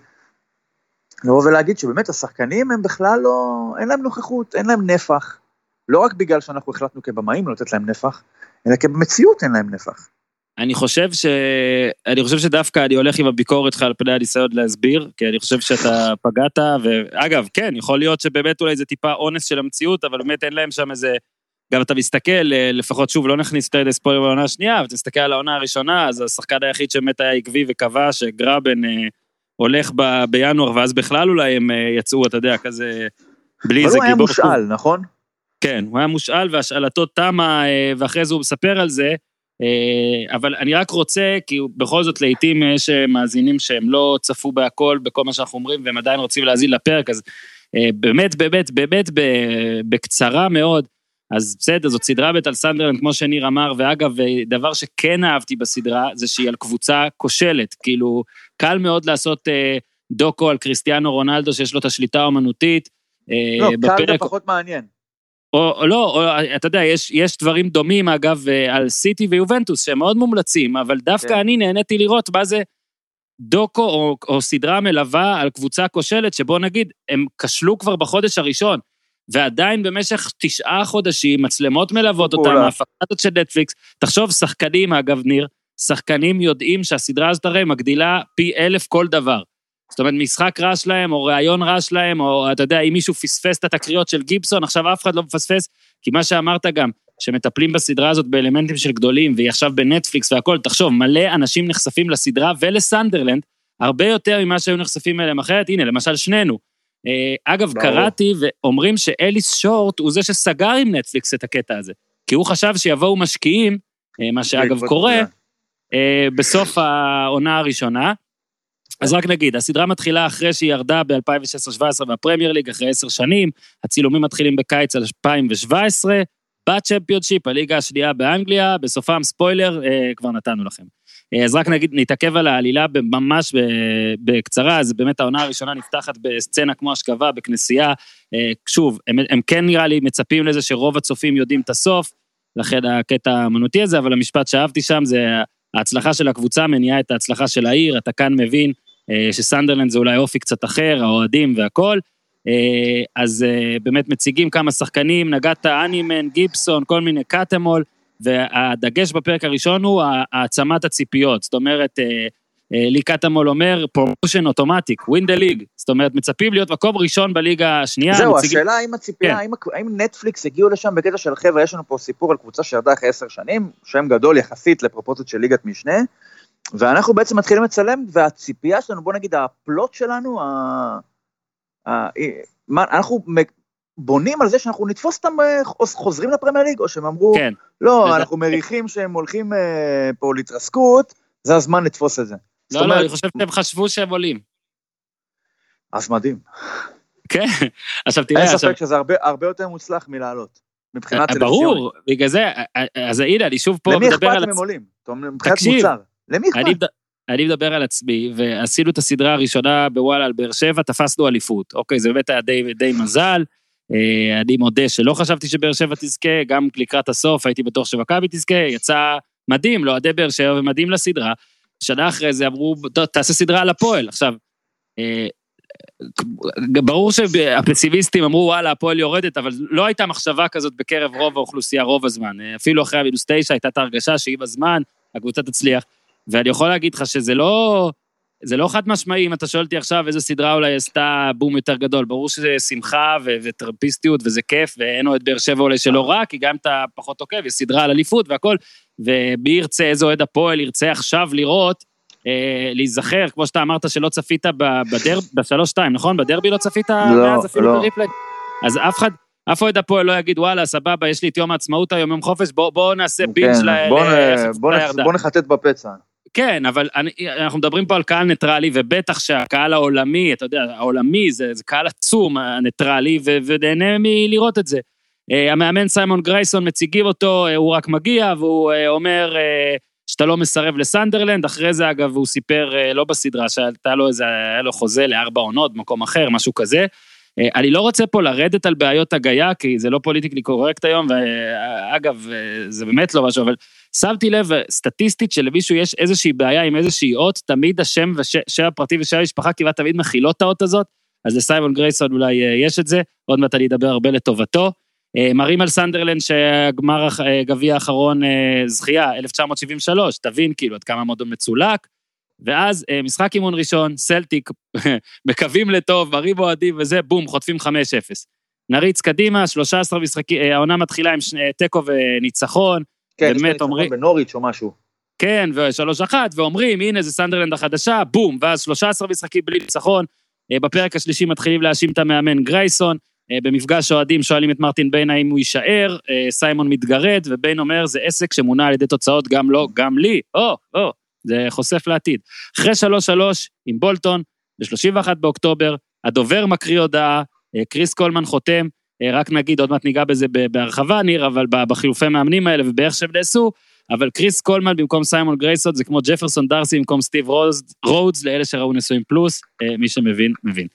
לבוא ולהגיד שבאמת השחקנים הם בכלל לא, אין להם נוכחות, אין להם נפח, לא רק בגלל שאנחנו החלטנו כבמאים לא לתת להם נפח, אלא כבמציאות אין להם נפח. אני חושב ש... אני חושב שדווקא אני הולך עם הביקורת על פני הניסיון להסביר, כי אני חושב שאתה פגעת, ואגב, כן, יכול להיות שבאמת אולי זה טיפה אונס של המציאות, אבל באמת אין להם שם איזה, גם אתה מסתכל, לפחות שוב, לא נכניס את הספוילר בעונה השנייה, אבל אתה מסתכל על העונה הראשונה, אז השחקן היחיד שבאמת היה עקבי וקבע שגרבן הולך ב... בינואר, ואז בכלל אולי הם יצאו, אתה יודע, כזה, בלי איזה גיבור. אבל הוא היה מושאל, נכון? כן, הוא היה מושאל, והשאלתו תמה, ואחרי זה הוא מספר על זה, אבל אני רק רוצה, כי בכל זאת לעתים יש מאזינים שהם לא צפו בהכל, בכל מה שאנחנו אומרים, והם עדיין רוצים להזין לפרק, אז באמת, באמת, באמת, בקצרה מאוד, אז בסדר, זאת סדרה בית על סנדרלנד, כמו שניר אמר, ואגב, דבר שכן אהבתי בסדרה, זה שהיא על קבוצה כושלת, כאילו, קל מאוד לעשות דוקו על קריסטיאנו רונלדו, שיש לו את השליטה האומנותית. לא, קל זה פחות מעניין. או, או לא, או, אתה יודע, יש, יש דברים דומים, אגב, על סיטי ויובנטוס, שהם מאוד מומלצים, אבל דווקא כן. אני נהניתי לראות מה זה דוקו או, או סדרה מלווה על קבוצה כושלת, שבוא נגיד, הם כשלו כבר בחודש הראשון, ועדיין במשך תשעה חודשים, מצלמות מלוות אותם, ההפקות של נטפליקס, תחשוב, שחקנים, אגב, ניר, שחקנים יודעים שהסדרה הזאת הרי מגדילה פי אלף כל דבר. זאת אומרת, משחק רע שלהם, או רעיון רע שלהם, או אתה יודע, אם מישהו פספס את התקריות של גיבסון, עכשיו אף אחד לא מפספס, כי מה שאמרת גם, שמטפלים בסדרה הזאת באלמנטים של גדולים, והיא עכשיו בנטפליקס והכל, תחשוב, מלא אנשים נחשפים לסדרה ולסנדרלנד, הרבה יותר ממה שהיו נחשפים אליהם אחרת, הנה, למשל שנינו. אגב, קראתי ואומרים שאליס שורט הוא זה שסגר עם נטפליקס את הקטע הזה, כי הוא חשב שיבואו משקיעים, מה שאגב קורה, בסוף העונה הראשונה, אז רק נגיד, הסדרה מתחילה אחרי שהיא ירדה ב-אלפיים ושש עשרה שבע עשרה בפרמייר ליג, אחרי עשר שנים, הצילומים מתחילים בקיץ אלפיים שבע עשרה, בצ'מפיונשיפ, הליגה השנייה באנגליה, בסופם ספוילר, אה, כבר נתנו לכם. אה, אז רק נגיד, נתעכב על העלילה ממש בקצרה, אז באמת העונה הראשונה נפתחת בסצנה כמו השכבה, בכנסייה, אה, שוב, הם, הם כן נראה לי מצפים לזה שרוב הצופים יודעים את הסוף, לכן הקטע האמנותי הזה, אבל המשפט שאהבתי שם זה ההצלחה של הקבוצה מניעה את ההצלחה של העיר, אתה כאן מבין שסנדרלנד זה אולי אופי קצת אחר, האוהדים והכל, אז באמת מציגים כמה שחקנים, נגעת אנימן, גיבסון, כל מיני קטמול, והדגש בפרק הראשון הוא העצמת הציפיות, זאת אומרת, לי קטמול אומר, פרומושן אוטומטיק, win the league, זאת אומרת, מצפים להיות מקום ראשון בליגה השנייה. זהו, השאלה האם הציפייה, האם נטפליקס הגיעו לשם בקטע של חבר'ה, יש לנו פה סיפור על קבוצה שירדה אחרי עשר שנים, שם גדול יחסית לפרופורציות של ליגת משנה, ואנחנו בעצם מתחילים לצלם, והציפייה שלנו, בוא נגיד, הפלוט שלנו, ה... ה... מה, אנחנו בונים על זה שאנחנו נתפוס אותם חוזרים לפרמייר ליג, או שהם אמרו, כן. לא, וזה... אנחנו מריחים שהם הולכים אה, פה להתרסקות, זה הזמן לתפוס את זה. לא, לא, אומרת... אני חושב שהם חשבו שהם עולים. אז מדהים. כן, עכשיו תראה. אין ספק עכשיו... שזה הרבה, הרבה יותר מוצלח מלעלות, מבחינת טלוויזיון. ברור, בגלל זה, אז הנה, אני שוב פה מדבר על... למי אכפת אם הם עולים? מבחינת מוצר. למי אכפת? אני מדבר על עצמי, ועשינו את הסדרה הראשונה בוואלה על באר שבע, תפסנו אליפות. אוקיי, זה באמת היה די, די מזל. אני מודה שלא חשבתי שבאר שבע תזכה, גם לקראת הסוף, הייתי בטוח שמכבי תזכה, יצא מדהים, לא עדי באר שבע, ומדהים לסדרה. שנה אחרי זה אמרו, תעשה סדרה על הפועל. עכשיו, ברור שהפסימיסטים אמרו, וואלה, הפועל יורדת, אבל לא הייתה מחשבה כזאת בקרב רוב האוכלוסייה, רוב הזמן. אפילו אחרי המינוס תשע, הייתה את ההרגשה שהיא בזמן, הקבוצה תצליח. ואני יכול להגיד לך שזה לא, זה לא חד משמעי, אם אתה שואל אותי עכשיו איזה סדרה אולי עשתה בום יותר גדול, ברור שזה שמחה ו- וטרמפיסטיות וזה כיף, ואין עוד באר שבע אולי שלא רע, כי גם אתה פחות עוקב, יש סדרה על אליפות והכל, ומי ירצה, איזה אוהד הפועל ירצה עכשיו לראות, אה, להיזכר, כמו שאתה אמרת שלא צפית בדר, בשלוש שתיים, נכון? בדרבי לא צפית לא, מאז אפילו לא. בריפלי? אז אף אחד... אף אוהד הפועל לא יגיד, וואלה, סבבה, יש לי את יום העצמאות היום, יום חופש, בואו בוא נעשה בינג' כן, ל... בוא, ל... בוא, נ... בוא נחטט בפצע. כן, אבל אני, אנחנו מדברים פה על קהל ניטרלי, ובטח שהקהל העולמי, אתה יודע, העולמי זה, זה קהל עצום, הניטרלי, ו... ונהנה מלראות את זה. המאמן סיימון גרייסון מציגים אותו, הוא רק מגיע, והוא אומר שאתה לא מסרב לסנדרלנד, אחרי זה אגב, הוא סיפר, לא בסדרה, שהייתה לו איזה, היה לו חוזה לארבע עונות, במקום אחר, משהו כזה, אני לא רוצה פה לרדת על בעיות הגיה, כי זה לא פוליטיקלי קורקט היום, ואגב, זה באמת לא משהו, אבל שמתי לב, סטטיסטית שלמישהו יש איזושהי בעיה עם איזושהי אות, תמיד השם ושם הפרטי ושם המשפחה, כמעט תמיד מכילות את האות הזאת, אז לסיימון גרייסון אולי יש את זה, עוד מעט אני אדבר הרבה לטובתו, מראים על סנדרלנד שהגמר הגביע האחרון זכייה, אלף תשע מאות שבעים ושלוש, תבין כאילו עד כמה מועדון מצולק, ואז משחק אימון ראשון, סלטיק, מקווים לטוב, מרים אוהדים וזה, בום, חוטפים חמש אפס. נריץ קדימה, שלושה עשר משחקים, העונה מתחילה עם טקו וניצחון, כן, באמת אומרים... בנוריץ' או משהו. כן, ושלוש אחת, ואומרים, הנה זה סנדרלנד החדשה, בום, ואז שלושה עשר משחקים בלי ניצחון, בפרק השלישי מתחילים להאשים את המאמן גרייסון, במפגש אוהדים שואלים את מרטין ביין האם הוא יישאר, סיימון מתגרד, וביין אומר, זה עסק שמונע על ידי תוצאות, גם לא, גם לי, או, או. זה חושף לעתיד. אחרי שלוש שלוש עם בולטון, ב-שלושים ואחד באוקטובר, הדובר מקריא הודעה, קריס קולמן חותם, רק נגיד, עוד מעט ניגע בזה בהרחבה, ניר, אבל בחילופי מאמנים האלה, ובאיך שהם נעשו, אבל קריס קולמן במקום סיימון גרייסון, זה כמו ג'פרסון דארסי במקום סטיב רודס, לאלה שראו נשואים פלוס, מי שמבין, מבין.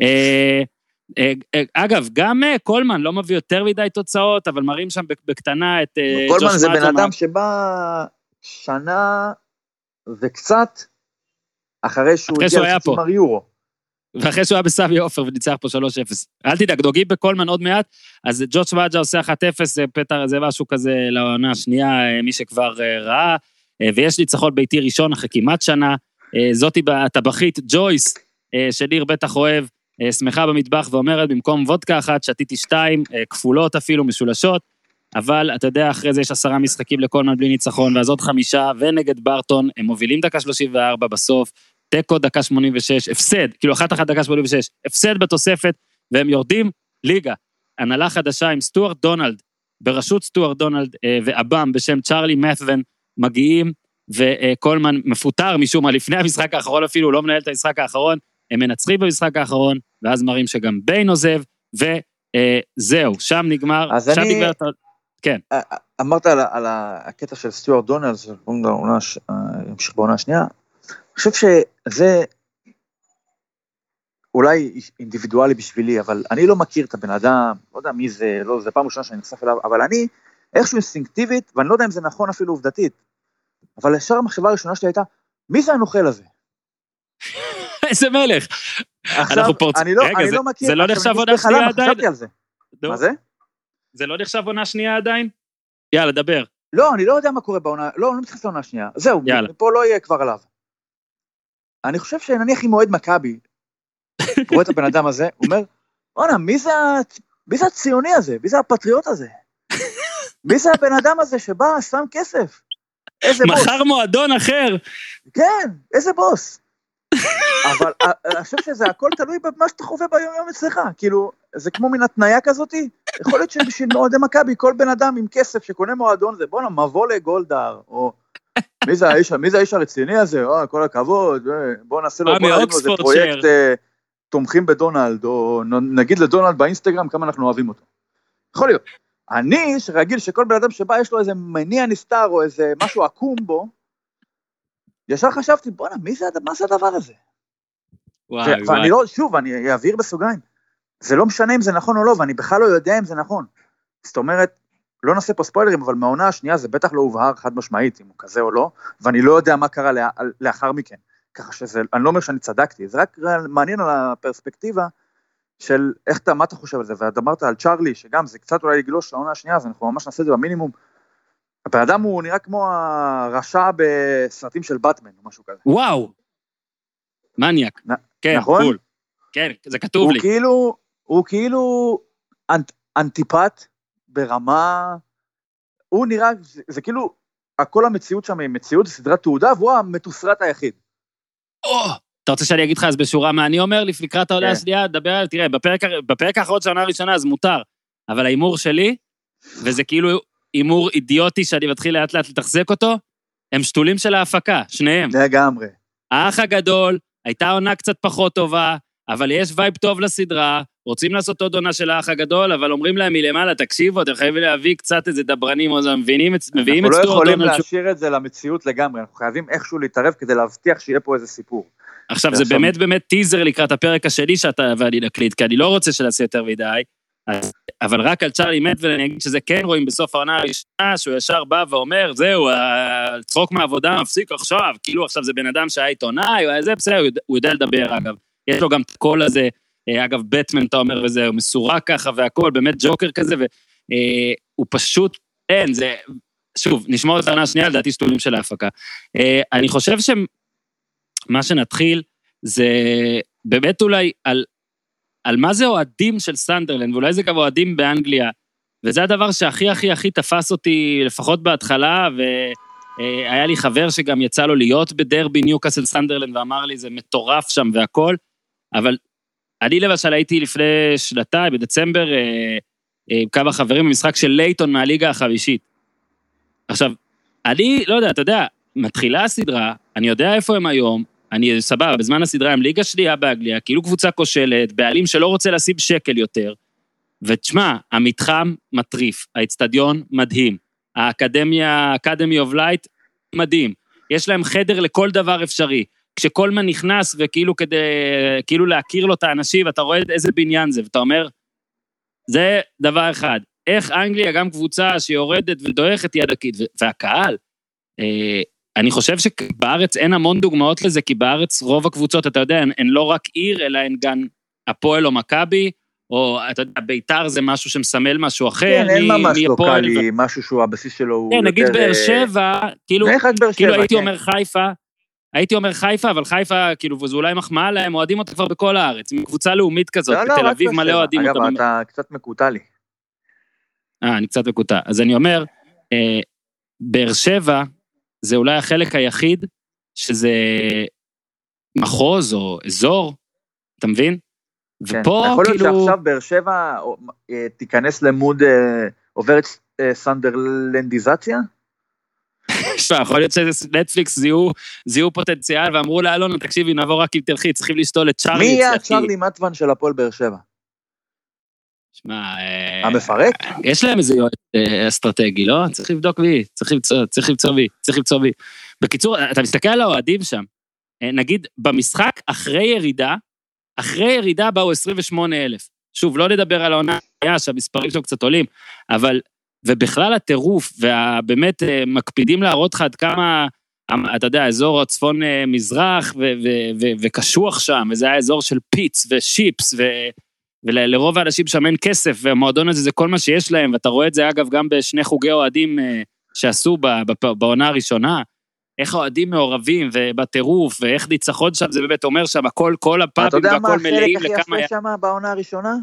אגב, גם קולמן לא מביא יותר מדי תוצאות, אבל מראים שם בקטנה את... קולמן זה בן אדם שבא שנה... וקצת אחרי שהוא הגיע לצמר יורו. ואחרי שהוא היה בסבי אופר וניצח פה שלוש אפס. אל תדאג, דוגים בקולמן עוד מעט, אז ג'וש ואג'ה עושה אחת אפס, פטר, זה משהו כזה לעונה השנייה, מי שכבר ראה, ויש ניצחון ביתי ראשון אחרי כמעט שנה, זאתי הטבחית ג'ויס, שניר בטח אוהב, שמחה במטבח ואומרת, במקום וודקה אחת, שתיתי שתיים, כפולות אפילו, משולשות, אבל אתה יודע, אחרי זה יש עשרה משחקים לקולמן בלי ניצחון, ואז עוד חמישה, ונגד ברטון, הם מובילים דקה שלושים וארבע בסוף, טקו דקה שמונים ושש, הפסד, כאילו אחת אחת דקה שמונים ושש, הפסד בתוספת, והם יורדים ליגה, הנהלה חדשה עם סטוארט דונלד, בראשות סטוארט דונלד, ואבם בשם צ'רלי מת'וון, מגיעים, וקולמן מפוטר משום מה, לפני המשחק האחרון אפילו, לא מנהל את המשחק האחרון, הם מנצחים במשחק האחרון, ואז מראים שגם ביין עוזב, וזהו, שם נגמר, שם אני... נגמר... כן. אמרת על, על הקטע של סטוארט דונלד, המשיך בעונה השנייה, אני חושב שזה אולי אינדיבידואלי בשבילי, אבל אני לא מכיר את הבן אדם, לא יודע מי זה, לא, זה פעם ראשונה שאני נחשף אליו, אבל אני איכשהו אינסטינקטיבית, ואני לא יודע אם זה נכון אפילו עובדתית, אבל ישר המחשבה הראשונה שלי הייתה, מי זה הנוכל הזה? איזה מלך. עכשיו, אני לא, אני לא מכיר, זה לא נחשב עונה שנייה עדיין? מה זה? זה לא נחשב עונה שנייה עדיין? יאללה, דבר. לא, אני לא יודע מה קורה בעונה, לא, אני לא מתייחס לעונה שנייה. זהו, פה לא יהיה כבר עליו. אני חושב שנניח עם מועד מכבי, רואה את הבן אדם הזה, הוא אומר, עונה, מי זה, מי זה הציוני הזה? מי זה הפטריוט הזה? מי זה הבן אדם הזה שבא, שם כסף? איזה בוס? מחר מועדון אחר. כן, איזה בוס? אבל אני חושב שזה הכל תלוי במה שאתה חווה ביום יום אצלך, כאילו, זה כמו מן התניה כזאת, יכול להיות שבשביל אוהדי מכבי, כל בן אדם עם כסף שקונה מועדון, זה בוא נבוא לגולדהר, או מי זה האיש, מי זה האיש הרציני הזה, או, כל הכבוד, בוא נעשה לו, בוא נעשה לו איזה פרויקט תומכים בדונלד, או נגיד לדונלד באינסטגרם כמה אנחנו אוהבים אותו. יכול להיות. אני, שרגיל שכל בן אדם שבא יש לו איזה מניע נסתר, או איזה משהו עקום בו, ישר חשבתי, בוא'נה, מי זה, מה זה הדבר הזה? וואי, ואני וואי. לא, שוב, אני אעביר בסוגריים, זה לא משנה אם זה נכון או לא, ואני בכלל לא יודע אם זה נכון. זאת אומרת, לא נעשה פה ספוילרים, אבל מהעונה השנייה זה בטח לא הובהר חד משמעית, אם הוא כזה או לא, ואני לא יודע מה קרה לה, לאחר מכן. ככה שזה, אני לא אומר שאני צדקתי, זה רק מעניין על הפרספקטיבה, של איך אתה, מה אתה חושב על זה, ואת אמרת על צ'רלי, שגם זה קצת אולי לגלוש לעונה השנייה, אז אנחנו ממש נעשה את זה במינימום. הבן אדם הוא נראה כמו הרשע בסרטים של באטמן, או משהו כזה. וואו! מניאק. נ, כן, נכון? קול. כן, זה כתוב הוא לי. כאילו, הוא כאילו אנט, אנטיפט ברמה, הוא נראה, זה, זה כאילו, הכל המציאות שם היא מציאות, זה סדרת תעודה, והוא המתוסרט היחיד. או! אתה רוצה שאני אגיד לך אז בשורה מה אני אומר, לקראת העולה השנייה, דבר, תראה, בפרק, בפרק האחרון של העונה הראשונה, אז מותר, אבל האימור שלי, וזה כאילו אימור אידיוטי שאני מתחיל לאט לאט לתחזק אותו, הם שתולים של ההפקה, שניהם. לגמרי. האח הגדול, הייתה עונה קצת פחות טובה, אבל יש וייב טוב לסדרה, רוצים לעשות עוד עונה של האח הגדול, אבל אומרים להם מלמעלה, תקשיבו, אתם חייבים להביא קצת איזה דברנים, או זה מבינים, מביאים את סטוארט. אנחנו לא יכולים להשאיר את זה למציאות לגמרי, אנחנו חייבים איכשהו להתערב כדי להבטיח שיהיה פה איזה סיפור. עכשיו, זה באמת באמת טיזר לקראת הפרק השני שאתה ואני נקליט, כי אני לא רוצה שנעשה יותר מדי, אבל רק על צ'רלי מט, ואני אגיד שזה כן רואים בסוף העונה הראשונה, שהוא ישר בא ואומר, זהו, הצחוק מהעבודה מפסיק עכשיו, כאילו עכשיו זה בן אדם שהיה עיתונאי, זה בסדר, הוא יודע לדבר אגב, יש לו גם את הקול הזה, אגב, בטמן, אתה אומר, וזה, הוא מסורק ככה והכל, באמת ג'וקר כזה, והוא פשוט, אין, זה, שוב, נשמע את העונה השנייה, לדעתי שתולים של ההפקה. אני חושב שמה שנתחיל, זה באמת אולי על, על מה זה אוהדים של סנדרלנד, ואולי זה גם אוהדים באנגליה, וזה הדבר שהכי הכי הכי תפס אותי, לפחות בהתחלה, והיה לי חבר שגם יצא לו להיות בדרבי ניוקאסל סנדרלנד, ואמר לי, זה מטורף שם והכל, אבל אני למשל הייתי לפני שנתיים, בדצמבר, עם כמה חברים במשחק של לייטון מהליגה החמישית. עכשיו, אני לא יודע, אתה יודע, מתחילה הסדרה, אני יודע איפה הם היום, אני סבבה, בזמן הסדרה הם ליגה שנייה באנגליה, כאילו קבוצה כושלת, בעלים שלא רוצה לשים שקל יותר, ותשמע, המתחם מטריף, האצטדיון מדהים, האקדמיה, אקדמי אוף לייט, מדהים, יש להם חדר לכל דבר אפשרי, כשקולמן נכנס וכאילו כדי, כאילו להכיר לו את האנשים, ואתה רואה איזה בניין זה, ואתה אומר, זה דבר אחד, איך אנגליה גם קבוצה שיורדת ודועכת יד עקית, והקהל, אה, אני חושב שבארץ אין המון דוגמאות לזה, כי בארץ רוב הקבוצות, אתה יודע, הן, הן לא רק עיר, אלא הן גם הפועל או מכבי, או אתה יודע, ביתר זה משהו שמסמל משהו אחר. כן, אין ממש לוקלי, ו... משהו שהוא הבסיס שלו הוא כן, יותר... נגיד באר שבע, כאילו, כאילו הייתי אומר חיפה, הייתי אומר חיפה, אבל חיפה, כאילו, וזה אולי מחמאה להם, אוהדים אותה כבר בכל הארץ, עם קבוצה לאומית כזאת, בתל אביב מלא אוהדים אותה. אגב, אתה קצת מקוטע לי. אה, אני קצת מקוטע. אז אני אומר, באר שבע, זה אולי החלק היחיד, שזה מחוז או אזור, אתה מבין? ופה, יכול להיות שעכשיו באר שבע תיכנס למוד, עוברת סנדרלנדיזציה? יכול להיות שנטפליקס זיהו פוטנציאל, ואמרו לה, אלונה, תקשיבי, נעבור רק אם תלכי, צריכים לשתול את צ'רלי. מי יהיה צ'רלי מטוון של הפועל באר שבע? שמע, המפרק? יש להם איזה יועץ אסטרטגי, לא? צריך לבדוק בי, צריך למצוא בי, צריך למצוא בי. בקיצור, אתה מסתכל על האוהדים שם, נגיד, במשחק אחרי ירידה, אחרי ירידה באו עשרים ושמונה אלף. שוב, לא נדבר על העונה, שהמספרים שלו קצת עולים, אבל, ובכלל הטירוף, ובאמת מקפידים להראות לך עד כמה, אתה יודע, האזור הצפון מזרח, וקשוח שם, וזה היה אזור של פיץ ושיפס, ו... ולרוב האנשים שם אין כסף, והמועדון הזה זה כל מה שיש להם, ואתה רואה את זה אגב גם בשני חוגי אוהדים שעשו בעונה הראשונה, איך האוהדים מעורבים ובטירוף, ואיך ניצחון שם, זה באמת אומר שם, הכל, כל הפאבים והכל מלאים לכמה... אתה יודע מה החלק הכי יפה שם בעונה הראשונה?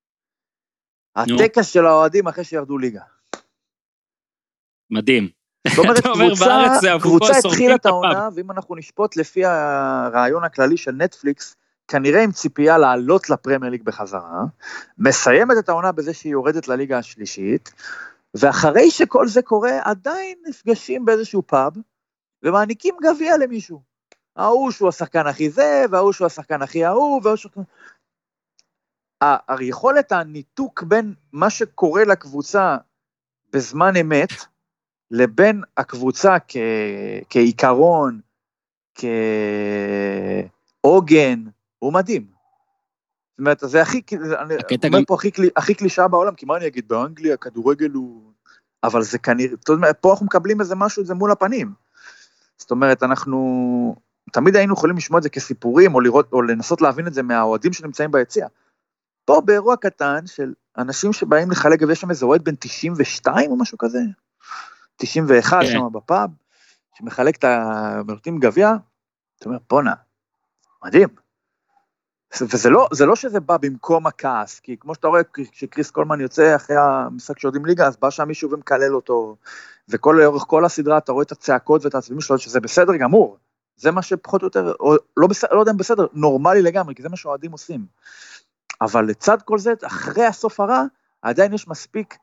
הטקס של האוהדים אחרי שירדו ליגה. מדהים. זאת אומרת, קבוצה התחילה את העונה, ואם אנחנו נשפוט לפי הרעיון הכללי של נטפליקס, כנראה עם ציפייה לעלות לפרמייר ליג בחזרה, מסיימת את העונה בזה שהיא יורדת לליגה השלישית, ואחרי שכל זה קורה, עדיין נפגשים באיזשהו פאב, ומעניקים גביע למישהו. ההוא שהוא השחקן הכי זה, וההוא שהוא השחקן הכי ההוא, וההוא שהוא... היכולת הניתוק בין מה שקורה לקבוצה בזמן אמת, לבין הקבוצה כ... כעיקרון, כעוגן, הוא מדהים. זאת אומרת, זה הכי, אני אומר גם... פה הכי, הכי קלישה בעולם, כי מה אני אגיד, באנגליה, כדורגל הוא... אבל זה כנראה, פה אנחנו מקבלים איזה משהו, זה מול הפנים. זאת אומרת, אנחנו תמיד היינו יכולים לשמוע את זה כסיפורים, או לראות, או לנסות להבין את זה מהאוהדים שנמצאים ביציע. פה באירוע קטן של אנשים שבאים לחלק גביע, יש שם איזה אוהד בין תשעים ושתיים או משהו כזה, תשעים ואחת שם בפאב, שמחלק את המלוטים גביע, אתה אומר, בונה, מדהים. וזה לא, זה לא שזה בא במקום הכעס, כי כמו שאתה רואה, כשקריס קולמן יוצא אחרי המשחק שיורדים ליגה, אז בא שם מישהו ומקלל אותו, וכל לאורך כל הסדרה אתה רואה את הצעקות ואת העצבים שלו, שזה בסדר גמור, זה מה שפחות או יותר, או לא, בסדר, לא יודע אם בסדר, נורמלי לגמרי, כי זה מה שאוהדים עושים. אבל לצד כל זה, אחרי הסוף הרע, עדיין יש מספיק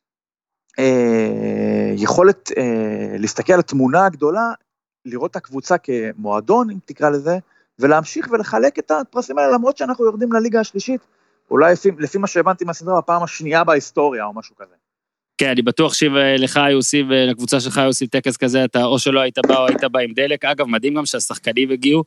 אה, יכולת אה, להסתכל על התמונה הגדולה, לראות את הקבוצה כמועדון, אם תקרא לזה, ולהמשיך ולחלק את הפרסים האלה, למרות שאנחנו יורדים לליגה השלישית, אולי לפי, לפי מה שהבנתי מהסדרה, הפעם השנייה בהיסטוריה, או משהו כזה. כן, אני בטוח שלך יוסי, ולקבוצה שלך יוסי טקס כזה, אתה או שלא היית בא, או היית בא עם דלק. אגב, מדהים גם שהשחקנים הגיעו,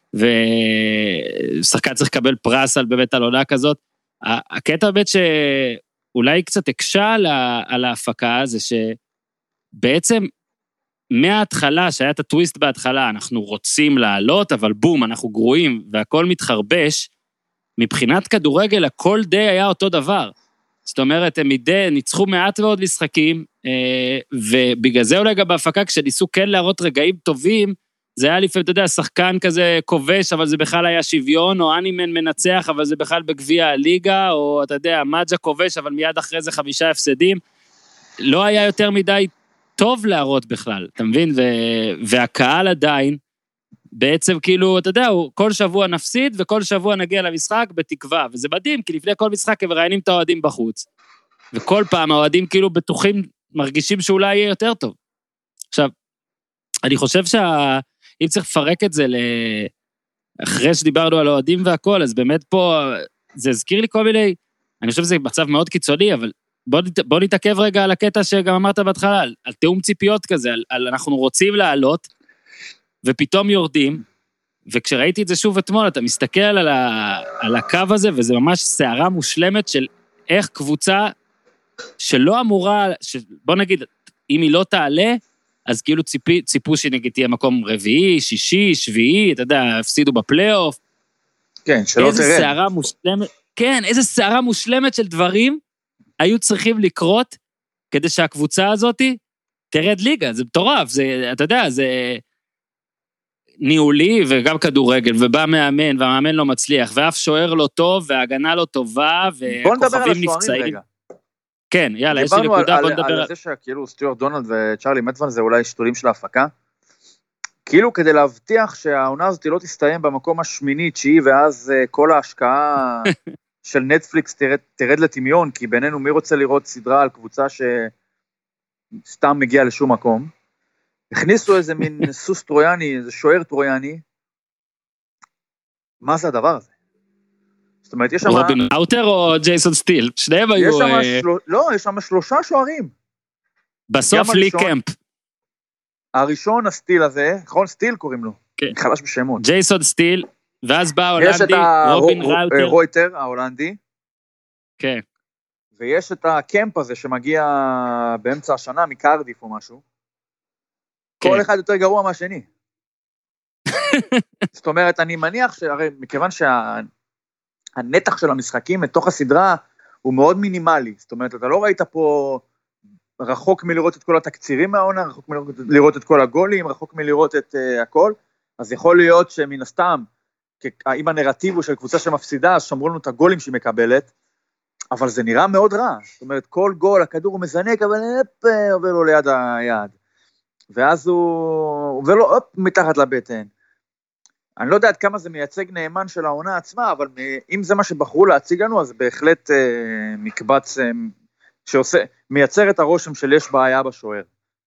ושחקן צריך לקבל פרס על באמת על עונה כזאת. הקטע באמת שאולי קצת הקשה על, על ההפקה, זה שבעצם מההתחלה, שהיה את הטוויסט בהתחלה, אנחנו רוצים לעלות, אבל בום, אנחנו גרועים, והכל מתחרבש, מבחינת כדורגל, הכל די היה אותו דבר. זאת אומרת, הם מדי ניצחו מעט ועוד משחקים, ובגלל זה אולי גם בהפקה, כשניסו כן להראות רגעים טובים, זה היה לפעמים, אתה יודע, שחקן כזה כובש, אבל זה בכלל היה שוויון, או אנימן מנצח, אבל זה בכלל בגביע הליגה, או אתה יודע, מג'ה כובש, אבל מיד אחרי זה חמישה הפסדים. לא היה יותר מדי טוב להראות בכלל, אתה מבין? ו- והקהל עדיין, בעצם כאילו, אתה יודע, כל שבוע נפסיד, וכל שבוע נגיע למשחק בתקווה, וזה מדהים, כי לפני כל משחק הם מראיינים את האוהדים בחוץ, וכל פעם האוהדים כאילו בטוחים, מרגישים שאולי יהיה יותר טוב. עכשיו, אני חושב שה... אם צריך לפרק את זה, אחרי שדיברנו על האוהדים והכל, אז באמת פה, זה הזכיר לי כל מיני, אני חושב שזה מצב מאוד קיצוני, אבל בוא, בוא נתעכב רגע על הקטע שגם אמרת בהתחלה, על, על תאום ציפיות כזה, על, על אנחנו רוצים לעלות, ופתאום יורדים, וכשראיתי את זה שוב אתמול, אתה מסתכל על, ה, על הקו הזה, וזה ממש שערה מושלמת של איך קבוצה שלא אמורה, בוא נגיד, אם היא לא תעלה, אז כאילו ציפי, ציפו שנגיד תהיה מקום רביעי, שישי, שביעי, אתה יודע, הפסידו בפלייאוף. כן, שלא איזה תרד. איזה שערה מושלמת, כן, איזה שערה מושלמת של דברים, היו צריכים לקרות, כדי שהקבוצה הזאת תרד ליגה, זה מטורף, זה, אתה יודע, זה ניהולי וגם כדורגל, ובא מאמן, והמאמן לא מצליח, ואף שוער לא טוב, וההגנה לא טובה, והכוכבים נפצעים. כן, יאללה, יש לי נקודה, בוא נדבר. על זה שכאילו סטיוארט דונלד וצ'רלי מטוון זה אולי שתולים של ההפקה, כאילו כדי להבטיח שהעונה הזאת לא תסתיים במקום השמיני, תשיעי, ואז כל ההשקעה של נטפליקס תרד, תרד לטמיון, כי בינינו מי רוצה לראות סדרה על קבוצה שסתם מגיעה לשום מקום, הכניסו איזה מין סוס טרויאני, איזה שוער טרויאני, מה זה הדבר הזה? זאת אומרת, יש שם... רובין ראוטר או ג'ייסון סטיל? שניהם היו... יש שם של... לא, יש שם שלושה שוערים. בסוף לי קמפ. הראשון, הסטיל הזה, נכון, סטיל קוראים לו. כן. חלש בשמות. ג'ייסון סטיל, ואז בא ההולנדי, רובין ראוטר. רויטר, ההולנדי. כן. ויש את הקמפ הזה שמגיע באמצע השנה, מקרדיף או משהו. כן. כל אחד יותר גרוע מהשני. זאת אומרת, אני מניח שהרי מכיוון שה... הנתח של המשחקים מתוך הסדרה הוא מאוד מינימלי, זאת אומרת, אתה לא ראית פה רחוק מלראות את כל התקצירים מהעונה, רחוק מלראות את כל הגולים, רחוק מלראות את uh, הכל, אז יכול להיות שמן הסתם, אם הנרטיב הוא של קבוצה שמפסידה, אז שמרו לנו את הגולים שהיא מקבלת, אבל זה נראה מאוד רע, זאת אומרת, כל גול, הכדור הוא מזנק, אבל אפ, עובר לו ליד היד, ואז הוא עובר לו אפ, מתחת לבטן, אני לא יודע עד כמה זה מייצג נאמן של העונה עצמה, אבל אם זה מה שבחרו להציג לנו, אז בהחלט אה, מקבץ אה, שעושה, מייצר את הרושם של יש בעיה בשוער.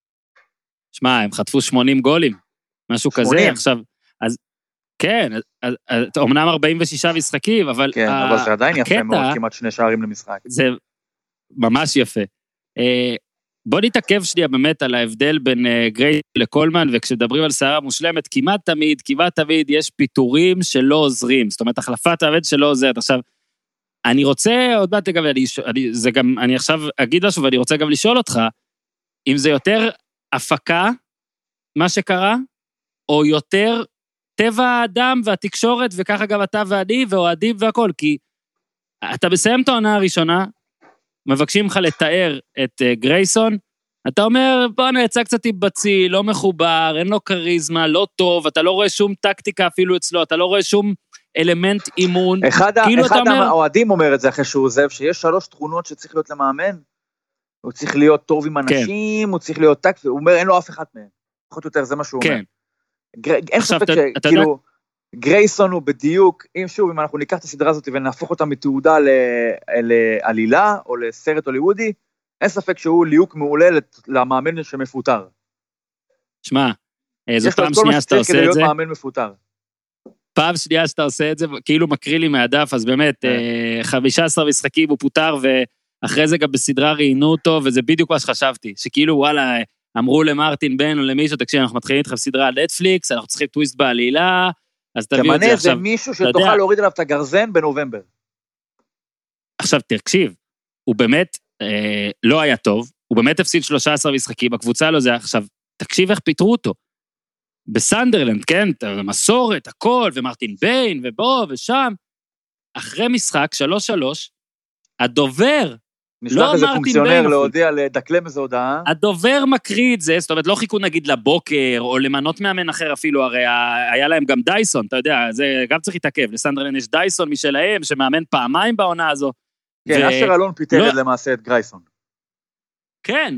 שמע, הם חטפו שמונים גולים, משהו שמונים. כזה, עכשיו, אז, כן, אז, אז, אומנם ארבעים ושישה משחקים, אבל... כן, ה- אבל זה עדיין יפה הקטע, מאוד, כמעט שני שערים למשחק. זה ממש יפה. אה, בוא נתעכב שנייה באמת על ההבדל בין uh, גרייסון לקולמן, וכשדברים על שערה מושלמת, כמעט תמיד, כמעט תמיד יש פיתורים שלא עוזרים, זאת אומרת, החלפת העובד שלא עוזרת. עכשיו, אני רוצה, עוד מעט לגבי, אני, אני, זה גם, אני עכשיו אגיד משהו, ואני רוצה גם לשאול אותך, אם זה יותר הפקה, מה שקרה, או יותר טבע האדם והתקשורת, וככה גם אתה ואני, ואוהדים והכל, כי אתה מסיים את העונה הראשונה, מבקשים לך לתאר את uh, גרייסון, אתה אומר, בוא נעצה קצת עם בצי, לא מחובר, אין לו קריזמה, לא טוב, אתה לא רואה שום טקטיקה אפילו אצלו, אתה לא רואה שום אלמנט אימון. אחד, כאילו אחד אומר... האוהדים אומר את זה אחרי שהוא עוזב, שיש שלוש תכונות שצריך להיות למאמן, הוא צריך להיות טוב עם אנשים, כן. הוא צריך להיות טקט, הוא אומר, אין לו אף אחד מהם. פחות או יותר, זה מה שהוא כן. אומר. גר... אין ספק שכאילו, יודע... גרייסון הוא בדיוק, אם שוב, אם אנחנו ניקח את הסדרה הזאת ונהפוך אותה מתעודה לעלילה, או לסרט הוליוודי, אין ספק שהוא ליהוק מעולה למאמן שמפוטר. שמע, זו פעם שנייה שאתה עושה את זה. מאמן מפוטר. פעם שנייה שאתה עושה את זה, כאילו מקריא לי מהדף, אז באמת, חמישה עשר משחקים הוא פוטר, ואחרי זה גם בסדרה ראיינו אותו, וזה בדיוק מה שחשבתי, שכאילו וואלה, אמרו למרטין בן או למישהו, תקשיב, אנחנו מתחילים איתך בסדרה על נטפליקס, אנחנו צריכים טוויסט בעלילה, אז תביא את זה עכשיו. תמנה זה מישהו שתוכל להוריד עליו את הגרזן בנובמבר. עכשיו תקשיב, הוא באמת אה, לא היה טוב, הוא באמת הפסיד שלושה עשר משחקים, הקבוצה לא זה, עכשיו תקשיב איך פיתרו אותו. בסנדרלנד, כן, מסורת, הכל, ומרטין ביין, ובוא, ושם, אחרי משחק, שלוש שלוש, הדובר, נשלח איזה פונקציונר להודיע, לדקלם איזו הודעה. הדובר מקריא את זה, זאת אומרת, לא חיכו נגיד לבוקר, או למנות מאמן אחר אפילו, הרי היה להם גם דייסון, אתה יודע, זה גם צריך להתעכב, לסנדרלנד יש דייסון משלהם, שמאמן פעמיים בעונה הזו. כן, אשר אלון פיטר למעשה את גרייסון. כן,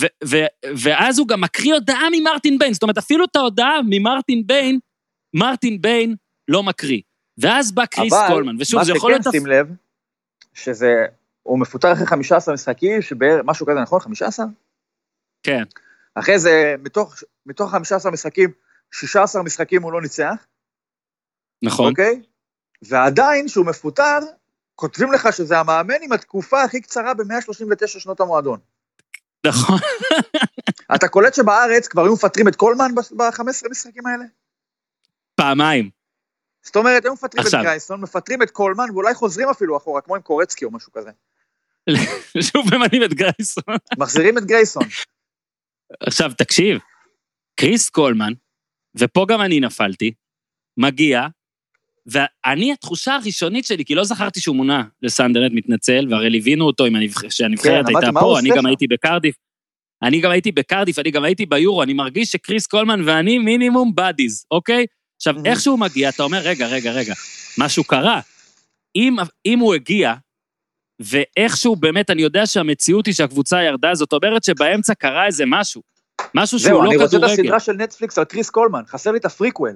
ואז הוא גם מקריא הודעה ממרטין ביין, זאת אומרת, אפילו את ההודעה ממרטין ביין, מרטין ביין לא מקריא. ואז בא קריס קולמן, ושוב, זה יכול להיות... אבל מה שכן שים לב, שזה... הוא מפוטר אחרי חמישה עשר משחקים, שמשהו כזה נכון, חמישה עשר? כן. אחרי זה, מתוך, מתוך חמישה עשר משחקים, שישה עשר משחקים הוא לא ניצח. נכון. אוקיי? ועדיין, שהוא מפוטר, כותבים לך שזה המאמן עם התקופה הכי קצרה ב-מאה שלושים ותשע שנות המועדון. נכון. אתה קולט שבארץ כבר היו מפטרים את קולמן ב-חמישה עשר משחקים האלה? פעמיים. זאת אומרת, היו מפטרים עכשיו. את גרייסון, מפטרים את קולמן, ואולי חוזרים אפילו אחורה, כמו עם קורצקי או משהו כזה. שוב ממנים את גרייסון. מחזירים את גרייסון. עכשיו, תקשיב, קריס קולמן, ופה גם אני נפלתי, מגיע, ואני, התחושה הראשונית שלי, כי לא זכרתי שהוא מונה לסנדרלנד מתנצל, והרי ליווינו אותו, שהנבחרת הייתה פה, אני גם הייתי בקרדיף, אני גם הייתי בקרדיף, אני גם הייתי ביורו, אני מרגיש שקריס קולמן ואני מינימום בדיז, אוקיי? עכשיו, איך שהוא מגיע, אתה אומר, רגע, רגע, רגע, משהו קרה. אם, אם הוא הגיע, ואיכשהו באמת, אני יודע שהמציאות היא שהקבוצה ירדה, זאת אומרת שבאמצע קרה איזה משהו, משהו שהוא לא כדורגל. זהו, אני רוצה את הסדרה של נטפליקס על קריס קולמן, חסר לי את הפריקוול.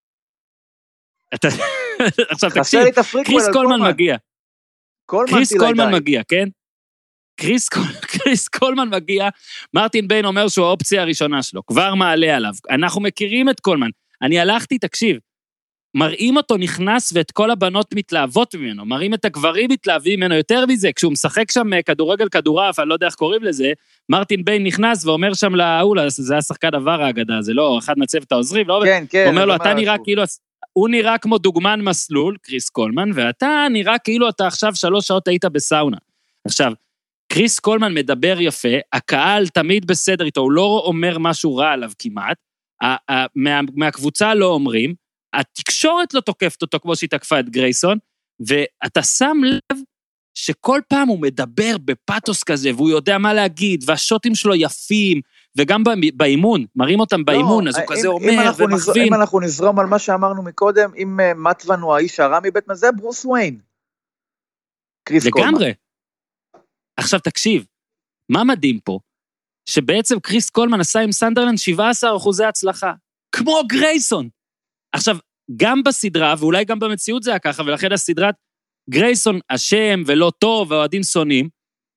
עכשיו תקשיב, קריס קולמן מגיע. קריס קולמן מגיע, כן? קריס קולמן מגיע, מרטין ביין אומר שהוא האופציה הראשונה שלו, כבר מעלה עליו, אנחנו מכירים את קולמן, אני הלכתי, תקשיב, מראים אותו נכנס ואת כל הבנות מתלהבות ממנו, מראים את הגברים מתלהבים ממנו יותר מזה, כשהוא משחק שם כדורגל כדורף, אני לא יודע איך קוראים לזה, מרטין ביין נכנס ואומר שם להוא, זה היה שחקן עבר האגדה, זה לא, אחד מצוות העוזרים, לא, כן, כן, אומר לו, אתה נראה כאילו, הוא נראה כמו דוגמן מסלול, קריס קולמן, ואתה נראה כאילו אתה עכשיו שלוש שעות היית בסאונה. עכשיו, קריס קולמן מדבר יפה, הקהל תמיד בסדר איתו, הוא לא אומר משהו רע עליו כמעט, מה, מהקבוצה לא אומרים, התקשורת לא תוקפת אותו כמו שהיא תקפה את גרייסון, ואתה שם לב שכל פעם הוא מדבר בפאטוס כזה, והוא יודע מה להגיד, והשוטים שלו יפים, וגם באימון, מראים אותם באימון, אז הוא כזה אומר ומכווין. אם אנחנו נזרום על מה שאמרנו מקודם, אם מטוון הוא האיש הרע מבית מזה, ברוס וויין. קריס קולמן. לגמרי. עכשיו תקשיב, מה מדהים פה? שבעצם קריס קולמן עשה עם סנדרלנד שבעה עשר אחוזי הצלחה, כמו גרייסון. עכשיו, גם בסדרה, ואולי גם במציאות זה היה ככה, ולכן הסדרת גרייסון אשם ולא טוב, והאוהדים שונאים,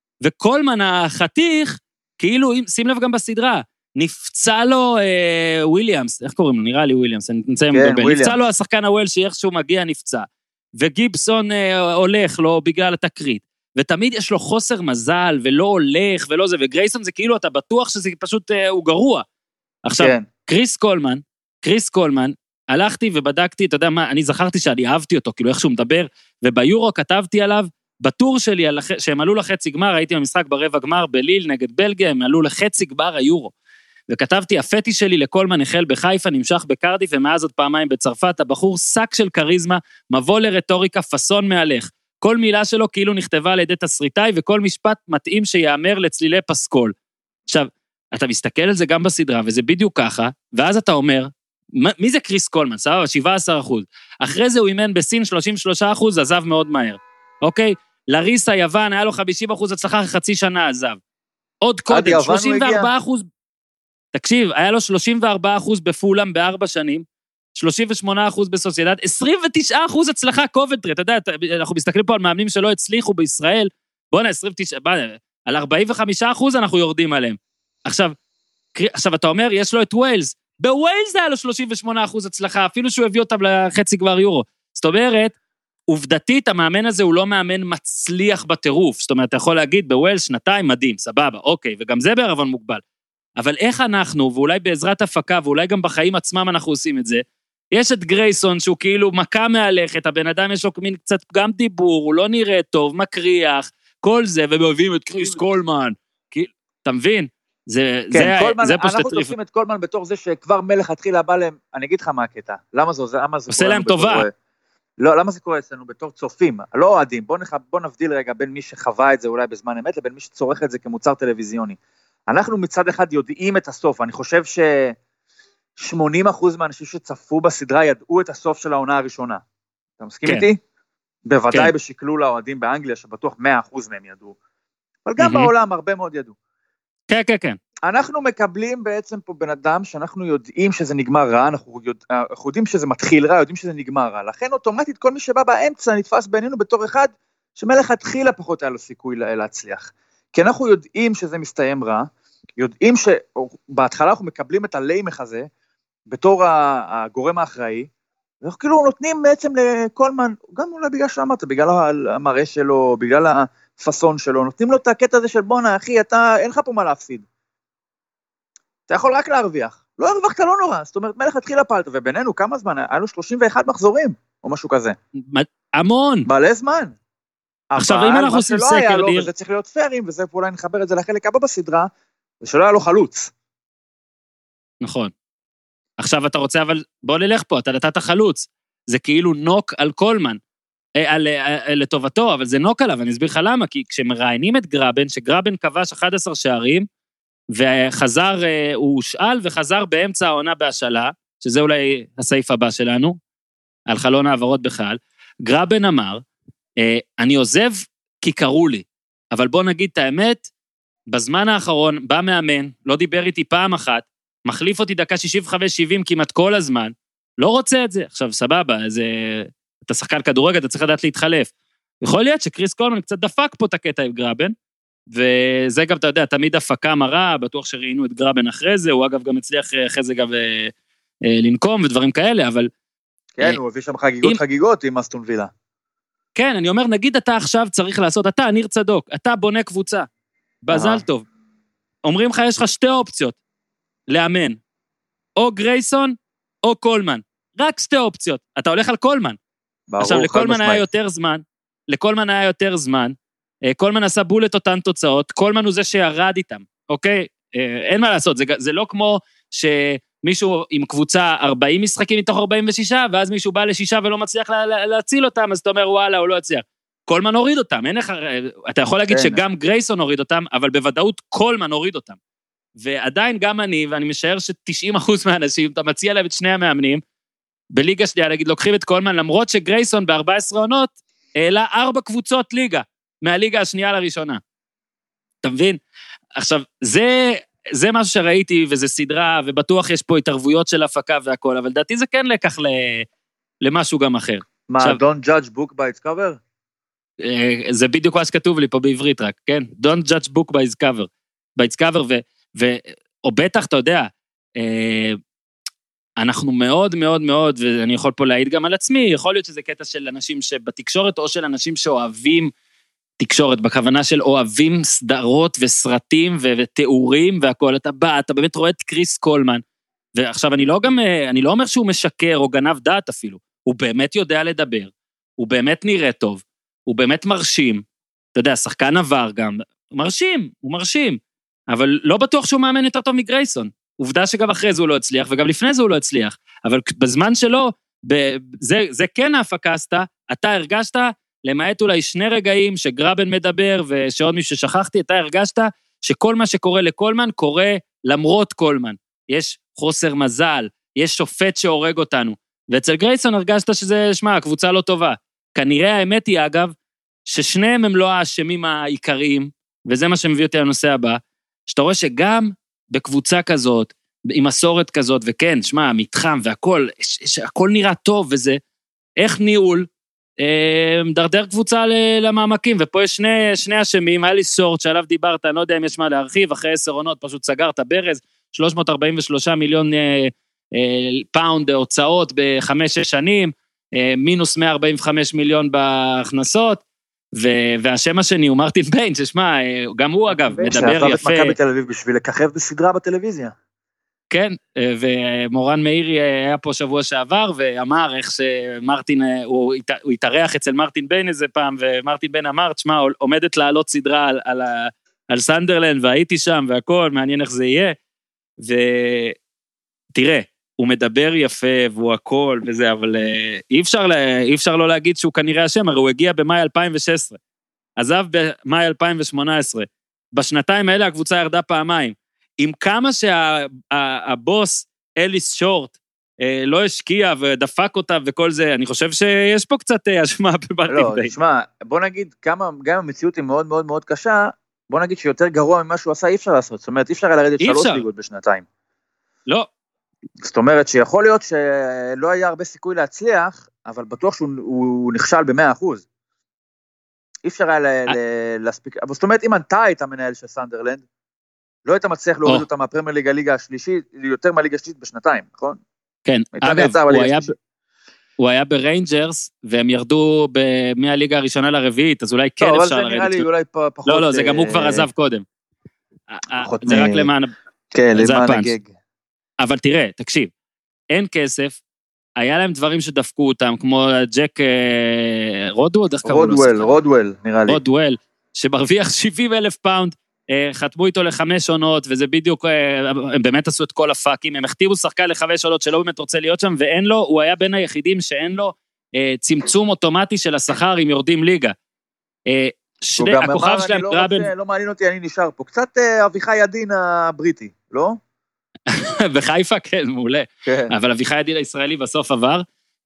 וקולמן החתיך, כאילו, שים לב גם בסדרה, נפצע לו אה, וויליאמס, איך קוראים לו? נראה לי וויליאמס, אני נמצא עם כן, מדבר, נפצע לו השחקן הוול שאיכשהו מגיע נפצע, וגיבסון אה, הולך לו בגלל התקרית, ותמיד יש לו חוסר מזל, ולא הולך, ולא זה, וגרייסון זה כאילו, אתה בטוח שזה פשוט, אה, הוא גרוע. עכשיו, כן. קריס קולמן, קריס קולמן, הלכתי ובדקתי, אתה יודע מה, אני זכרתי שאני אהבתי אותו, כאילו איך שהוא מדבר, וביורו כתבתי עליו, בטור שלי, שהם עלו לחצי גמר, הייתי במשחק ברבע גמר בליל נגד בלגיה, הם עלו לחצי גמר היורו, וכתבתי, הפטי שלי לקולמן החל בחיפה, נמשך בקרדיף, ומאז עוד פעמיים בצרפת, הבחור שק של קריזמה, מבוא לרטוריקה, פסון מהלך, כל מילה שלו כאילו נכתבה על ידי תסריטאי, וכל משפט מתאים שיאמר לצלילי פסקול. עכשיו, אתה מסתכל על זה גם בסדרה, וזה בדיוק ככה, ואז אתה אומר, מי זה קריס קולמן? סבבה, שבעה עשר אחוז. אחרי זה הוא אימן בסין שלושים ושלושה אחוז, עזב מאוד מהר. אוקיי? לריסה יוון, היה לו חמישים אחוז הצלחה, חצי שנה עזב. עוד קודם, שלושים וארבעה אחוז, תקשיב, היה לו שלושים וארבעה אחוז בפולאם בארבע שנים, שלושים ושמונה אחוז בסוסיידד, עשרים ותשעה אחוז הצלחה קובנטרי, אתה יודע, אנחנו מסתכלים פה על מאמנים שלא הצליחו בישראל, בוא נה, עשרים ותשעה, על ארבעים וחמישה אחוז אנחנו יורדים עליהם. עכשיו, עכשיו אתה אומר, יש לו את ווילס, בווילס היה לו שלושים ושמונה אחוז הצלחה, אפילו שהוא הביא אותם לחצי גמר יורו. זאת אומרת, עובדתית, המאמן הזה הוא לא מאמן מצליח בטירוף, זאת אומרת, אתה יכול להגיד, בווילס שנתיים מדהים, סבבה, אוקיי, וגם זה בערבון מוגבל. אבל איך אנחנו, ואולי בעזרת הפקה, ואולי גם בחיים עצמם אנחנו עושים את זה, יש את גרייסון שהוא כאילו מכה מהלכת, הבן אדם יש לו מין קצת גם דיבור, הוא לא נראה טוב, מקריח, כל זה, ומביאים את קריס קולמן, אתה מבין? זה, כן, זה, קולמן, זה פה אנחנו תופסים את קולמן בתור זה שכבר מלך התחיל הבא להם, אני אגיד לך מה הקטע, למה זה, למה זה עושה להם טובה. בתור, לא, למה זה קורה אצלנו בתור צופים, לא אוהדים, בוא, נח, בוא נבדיל רגע בין מי שחווה את זה אולי בזמן אמת, לבין מי שצורך את זה כמוצר טלוויזיוני. אנחנו מצד אחד יודעים את הסוף, אני חושב ש-שמונים אחוז מהאנשים שצפו בסדרה ידעו את הסוף של העונה הראשונה. אתה מסכים כן. איתי? בוודאי כן. בשקלול האוהדים באנגליה, שבטוח מאה אחוז מהם ידעו. אבל גם mm-hmm. בעולם הרבה מאוד ידעו. כן, כן, כן. אנחנו מקבלים בעצם פה בן אדם שאנחנו יודעים שזה נגמר רע, אנחנו, יודע, אנחנו יודעים שזה מתחיל רע, יודעים שזה נגמר רע. לכן אוטומטית כל מי שבא באמצע נתפס בינינו בתור אחד שמלך התחילה פחות היה לו סיכוי להצליח. כי אנחנו יודעים שזה מסתיים רע, יודעים שבהתחלה אנחנו מקבלים את הליימח הזה בתור הגורם האחראי, ואנחנו כאילו נותנים בעצם לקולמן, גם אולי בגלל שאמרת, בגלל המראה שלו, בגלל הפסון שלו, נותנים לו את הקטע הזה של בונה, אחי, אתה, אין לך פה מה להפסיד. אתה יכול רק להרוויח. לא הרווחת, לא נורא. זאת אומרת, מלך התחיל הפלטה, ובינינו כמה זמן? היה לו שלושים ואחד מחזורים, או משהו כזה. המון. בעלי זמן. עכשיו, אם אנחנו עושים סקר, לו, וזה צריך להיות פיירים, וזה אולי נחבר את זה לחלק הבא בסדרה, ושלא היה לו חלוץ. נכון. עכשיו אתה רוצה, אבל בוא נלך פה, אתה נתת חלוץ. זה כאילו נוק על קולמן, על, על, לטובתו, אבל זה נוק עליו, אני אסביר לך למה, כי כשמראיינים את גרבן, שגרבן כבש אחד עשר שערים, וחזר, הוא הושאל וחזר באמצע העונה בהשאלה, שזה אולי הסעיף הבא שלנו, על חלון העברות בכלל, גרבן אמר, אני עוזב כי קראו לי, אבל בוא נגיד את האמת, בזמן האחרון בא מאמן, לא דיבר איתי פעם אחת, מחליף אותי דקה שישים וחמש שבעים כמעט כל הזמן, לא רוצה את זה, עכשיו סבבה, זה, אתה שחקן כדורגל, אתה צריך לדעת להתחלף, יכול להיות שקריס קולמן קצת דפק פה את הקטע עם גרבן, וזה גם, אתה יודע, תמיד הפקה מראה, בטוח שראינו את גרבן אחרי זה, הוא אגב גם הצליח אחרי זה גם לנקום ודברים כאלה, אבל... כן, הוא הביא שם חגיגות אם... חגיגות עם אסטון וילה. כן, אני אומר, נגיד אתה עכשיו צריך לעשות, אתה ניר צדוק, אתה בונה קבוצה, בזל טוב, אומרים לך, יש לך שתי אופציות, לאמן, או גרייסון, או קולמן, רק שתי אופציות, אתה הולך על קולמן, ברור, עכשיו לקולמן היה יותר זמן, לקולמן היה יותר זמן, קולמן עשה בול את אותן תוצאות, קולמן הוא זה שירד איתם, אוקיי? אין מה לעשות, זה, זה לא כמו שמישהו עם קבוצה ארבעים משחקים מתוך ארבעים ושישה, ואז מישהו בא לשישה ולא מצליח לה, לה, להציל אותם, אז אתה אומר, וואלה, הוא לא הצליח. קולמן הוריד אותם, אין לך, אתה יכול להגיד שגם גרייסון הוריד אותם, אבל בוודאות קולמן הוריד אותם. ועדיין גם אני, ואני משער ש-תשעים אחוז מהאנשים, אתה מציע להם את שני המאמנים, בליגה שנייה, נגיד, לוקחים את קולמן, למרות שגרייסון ב-ארבע עשרה עונות, העלה ארבע קבוצות ליגה, מהליגה השנייה לראשונה. אתה מבין? עכשיו, זה, זה משהו שראיתי, וזה סדרה, ובטוח יש פה התערבויות של הפקה והכל, אבל דעתי זה כן לקח ל, למשהו גם אחר. מה, עכשיו, don't judge book by its cover? זה בדיוק מה שכתוב לי פה בעברית רק, כן? Don't judge book by its cover. by its cover, ו, ו, או בטח, אתה יודע, אנחנו מאוד מאוד מאוד, ואני יכול פה להעיד גם על עצמי, יכול להיות שזה קטע של אנשים שבתקשורת, או של אנשים שאוהבים תקשורת, בכוונה של אוהבים סדרות וסרטים ותיאורים והכל, אתה בא, אתה באמת רואה את קריס קולמן, ועכשיו אני לא גם, אני לא אומר שהוא משקר או גנב דעת אפילו, הוא באמת יודע לדבר, הוא באמת נראה טוב, הוא באמת מרשים, אתה יודע, שחקן עבר גם, הוא מרשים, הוא מרשים, אבל לא בטוח שהוא מאמן יותר טוב מגרייסון, עובדה שגם אחרי זה הוא לא הצליח, וגם לפני זה הוא לא הצליח, אבל בזמן שלו, זה, זה כן ההפקה עשתה, אתה הרגשת, למעט אולי שני רגעים שגרבן מדבר, ושעוד מישהו ששכחתי, אתה הרגשת שכל מה שקורה לקולמן, קורה למרות קולמן. יש חוסר מזל, יש שופט שהורג אותנו, ואצל גרייסון הרגשת שזה, שמה, הקבוצה לא טובה. כנראה האמת היא, אגב, ששניהם הם לא האשמים העיקריים, וזה מה שמביא אותי לנושא הבא, שאתה רואה שגם בקבוצה כזאת, עם מסורת כזאת, וכן, שמה, מתחם והכל, הכל נראה טוב, וזה, איך ניהול, מדרדר קבוצה למעמקים, ופה יש שני, שני אשמים, היה לי סורט שעליו דיברת, אני לא יודע אם יש מה להרחיב, אחרי עשר עונות פשוט סגרת ברז, שלוש מאות ארבעים ושלושה מיליון אה, אה, פאונד הוצאות בחמש-שש שנים, אה, מינוס מאה ארבעים וחמש מיליון בהכנסות, ו, והשם השני הוא מרטין ביין, ששמע, אה, גם הוא אגב, מדבר יפה. שעזב את מכבי תל אביב בשביל לככב בסדרה בטלוויזיה. כן, ומורן מאירי היה פה שבוע שעבר, ואמר איך שמרטין, הוא, הוא התארח אצל מרטין ביין איזה פעם, ומרטין ביין אמר, תשמע, עומדת לעלות סדרה על, על, על סנדרלנד, והייתי שם, והכל, מעניין איך זה יהיה, ותראה, הוא מדבר יפה, והוא הכל, וזה, אבל אי אפשר, אי אפשר לא להגיד שהוא כנראה השם, הרי הוא הגיע במאי אלפיים ושש עשרה, עזב במאי אלפיים ושמונה עשרה, בשנתיים האלה הקבוצה ירדה פעמיים, עם כמה שהבוס אליס שורט לא השקיע ודפק אותה וכל זה, אני חושב שיש פה קצת אשמה במרטין ביין. לא, תשמע, בוא נגיד, כמה, גם המציאות היא מאוד מאוד מאוד קשה, בוא נגיד שיותר גרוע ממה שהוא עשה, אי אפשר לעשות, זאת אומרת, אי אפשר לרדת שלוש ליגות בשנתיים. לא. זאת אומרת, שיכול להיות שלא היה הרבה סיכוי להצליח, אבל בטוח שהוא נכשל ב-מאה אחוז. אי אפשר היה להספיק, אבל זאת אומרת, אם אתה היית המנהל של סנדרלנד, לא היית מצליח להוריד אותה מהפרמייר ליג הליגה השלישית, יותר מהליגה השלישית בשנתיים, נכון? כן, אגב, הוא היה, הוא היה בריינג'רס, והם ירדו מהליגה הראשונה לרביעית, אז אולי כן אפשר לרדת. לא, אבל זה נראה לי אולי פחות... לא, לא, זה גם הוא כבר עזב קודם. זה רק למען... כן, למען הגג. אבל תראה, תקשיב, אין כסף, היה להם דברים שדפקו אותם, כמו ג'ק רודוול, רודוול, רודוול, נראה לי. רודוול, שמרוויח שבעים אלף פאונד, חתמו איתו לחמש עונות, וזה בדיוק, הם באמת עשו את כל הפאקים, הם הכתיבו שחקן לחמש עונות שלא באמת רוצה להיות שם, ואין לו, הוא היה בין היחידים שאין לו צמצום אוטומטי של השכר אם יורדים ליגה. הוא גם אמר, אני לא רוצה, לא מעניין אותי, אני נשאר פה. קצת אביחי עדין הבריטי, לא? בחיפה, כן, מעולה. אבל אביחי עדין הישראלי בסוף עבר,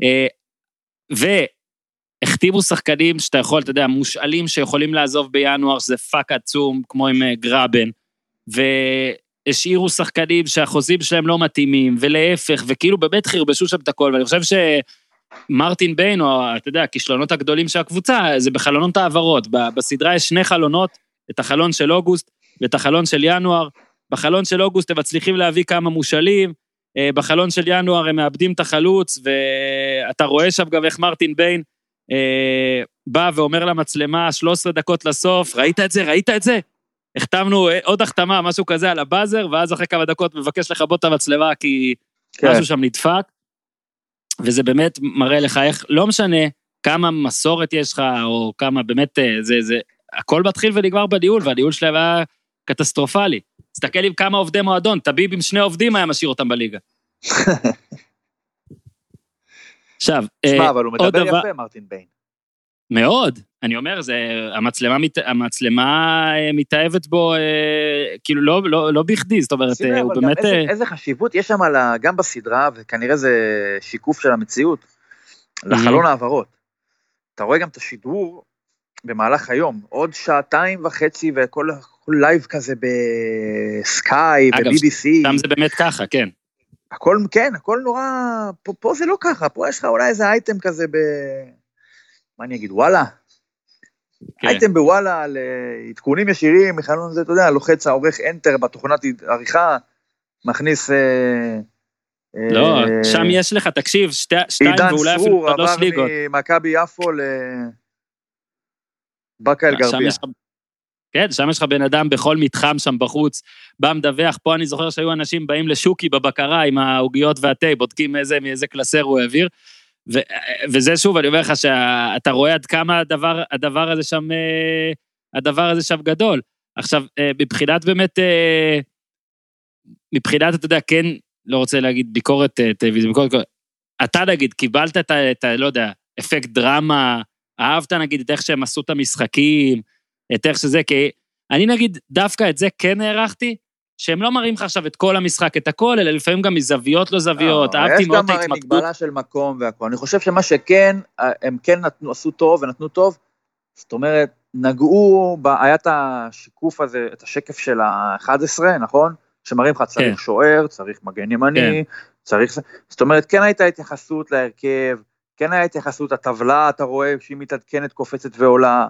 והכתיבו שחקנים שאתה יכול, אתה יודע, מושאלים שיכולים לעזוב בינואר, שזה פאק עצום, כמו עם גרבן, והשאירו שחקנים שהחוזים שלהם לא מתאימים, ולהפך, וכאילו באמת חרבשו שם את הכל, ואני חושב שמרטין ביין, או אתה יודע, הכישלונות הגדולים של הקבוצה, זה בחלונות העברות, בסדרה יש שני חלונות, את החלון של אוגוסט, ואת החלון של ינואר, בחלון של אוגוסט הם מצליחים להביא כמה מושאלים, בחלון של ינואר הם מאבדים את החלוץ, ואתה רואה שם גם איך מרטין ביין, בא ואומר למצלמה, שלוש עשרה דקות לסוף, ראית את זה, ראית את זה? החתמנו עוד החתמה, משהו כזה על הבאזר, ואז אחרי כמה דקות מבקש לחבות את המצלמה, כי כן. משהו שם נדפק, וזה באמת מראה לך איך, לא משנה כמה מסורת יש לך, או כמה באמת, זה, זה, הכל מתחיל ונגמר בניהול, והניהול שלהם היה קטסטרופלי. תסתכל עם כמה עובדי מועדון, טביב עם שני עובדים היה משאיר אותם בליגה. עכשיו, תשמע, אבל הוא מדבר יפה, דבר... מרטין ביין. מאוד, אני אומר, זה, המצלמה, מת, המצלמה מתאהבת בו, כאילו לא, לא, לא בכדי, זאת אומרת, הוא באמת... איזה, איזה חשיבות יש שם גם בסדרה, וכנראה זה שיקוף של המציאות, לחלון העברות. אתה רואה גם את השידור במהלך היום, עוד שעתיים וחצי, וכל לייב כזה בסקאי, ב-בי בי סי. שם זה באמת ככה, כן. הכל, כן, הכל נורא, פה, פה זה לא ככה, פה יש לך אולי איזה אייטם כזה ב... מה אני אגיד, וואלה? כן. אייטם בוואלה על uh, עדכונים ישירים, מחלון זה, אתה יודע, לוחץ העורך אנטר בתוכנת עריכה, מכניס... Uh, לא, uh, שם יש לך, תקשיב, שתי, שתיים ואולי אפילו שלוש ליגות. עידן סרור עבר ממכבי יפו לבאקה אל גרבייה. כן, שם יש לך בן אדם בכל מתחם שם בחוץ, בא מדווח, פה אני זוכר שהיו אנשים באים לשוקי בבקרה עם העוגיות והתה, בודקים איזה, מאיזה קלסר הוא העביר, ו, וזה שוב, אני אומר לך שאתה רואה עד כמה הדבר, הדבר הזה שם, הדבר הזה שם גדול. עכשיו, מבחינת באמת, מבחינת, אתה יודע, כן, לא רוצה להגיד ביקורת טלוויזיה, ביקורת, אתה נגיד, קיבלת את, את, לא יודע, אפקט דרמה, אהבת נגיד את איך שהם עשו את המשחקים, את איך שזה, כי אני נגיד, דווקא את זה כן הערכתי, שהם לא מראים לך עכשיו את כל המשחק, את הכל, אלא לפעמים גם מזוויות לא זוויות, אהבתי מאוד את ההתמקדות. יש גם מגבלה של מקום והכל, אני חושב שמה שכן, הם כן נתנו, עשו טוב ונתנו טוב, זאת אומרת, נגעו, היה את השיקוף הזה, את השקף של ה-אחד עשרה, נכון? שמראים לך צריך שוער, צריך מגן ימני, צריך, זאת אומרת, כן הייתה התייחסות להרכב, כן הייתה התייחסות, הטבלה, אתה רואה שהיא מתעדכנת, קופצת ועולה,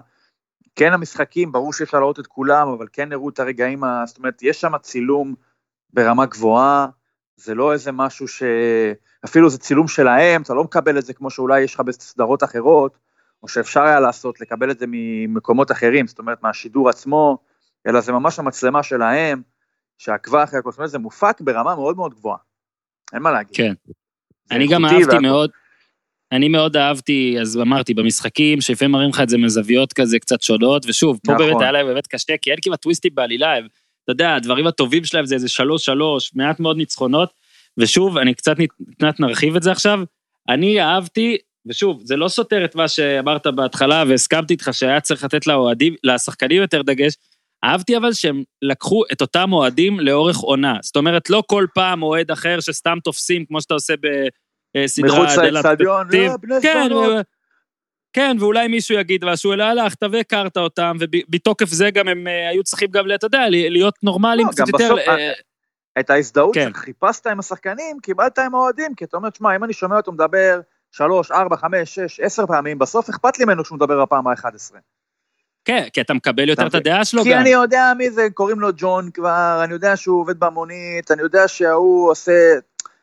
כן המשחקים, ברור שאפשר לראות את כולם, אבל כן נראו את הרגעים, זאת אומרת, יש שם צילום ברמה גבוהה, זה לא איזה משהו ש... אפילו זה צילום שלהם, אתה לא מקבל את זה כמו שאולי יש לך בסדרות אחרות, או שאפשר היה לעשות, לקבל את זה ממקומות אחרים, זאת אומרת, מהשידור עצמו, אלא זה ממש המצלמה שלהם, שעקבה אחרי הכל, זאת אומרת, זה מופק ברמה מאוד מאוד גבוהה. אין מה להגיד. כן. אני גם אהבתי מאוד, אני מאוד אהבתי, אז אמרתי, במשחקים, שלפעמים מראים לך את זה מזוויות כזה קצת שונות, ושוב, פה באמת היה להם באמת קשה, כי אין כמעט טוויסטים בעלילה, אתה יודע, הדברים הטובים שלהם זה איזה שלוש שלוש, מעט מאוד ניצחונות, ושוב, אני קצת נרחיב את זה עכשיו, אני אהבתי, ושוב, זה לא סותר את מה שאמרת בהתחלה, והסכמתי איתך שהיה צריך לתת לאוהדים, לשחקנים יותר דגש, אהבתי אבל שהם לקחו את אותם אוהדים לאורך עונה, זאת אומרת, לא כל פעם אוהד אחר שסתם תופסים, כמו שאתה עושה בסדרה... מחוץ לאצטדיון, בני זונות. כן, ואולי מישהו יגיד משהו, אלא הלכת והכרת אותם, ובתוקף זה גם הם היו צריכים גם, אתה יודע, להיות נורמליים קצת יותר... את ההזדהות שחיפשת עם השחקנים, קיבלת עם האוהדים, כי אתה אומר, תשמע, אם אני שומע אותו מדבר שלוש, ארבע, חמש, שש, עשר פעמים, בסוף אכפת לי ממנו כשהוא מדבר בפעם ה-אחת עשרה. כן, כי אתה מקבל יותר את הדעה שלו גם. כי אני יודע מי זה, קוראים לו ג'ון כבר, אני יודע שהוא עובד במונית, אני יודע שהוא עושה,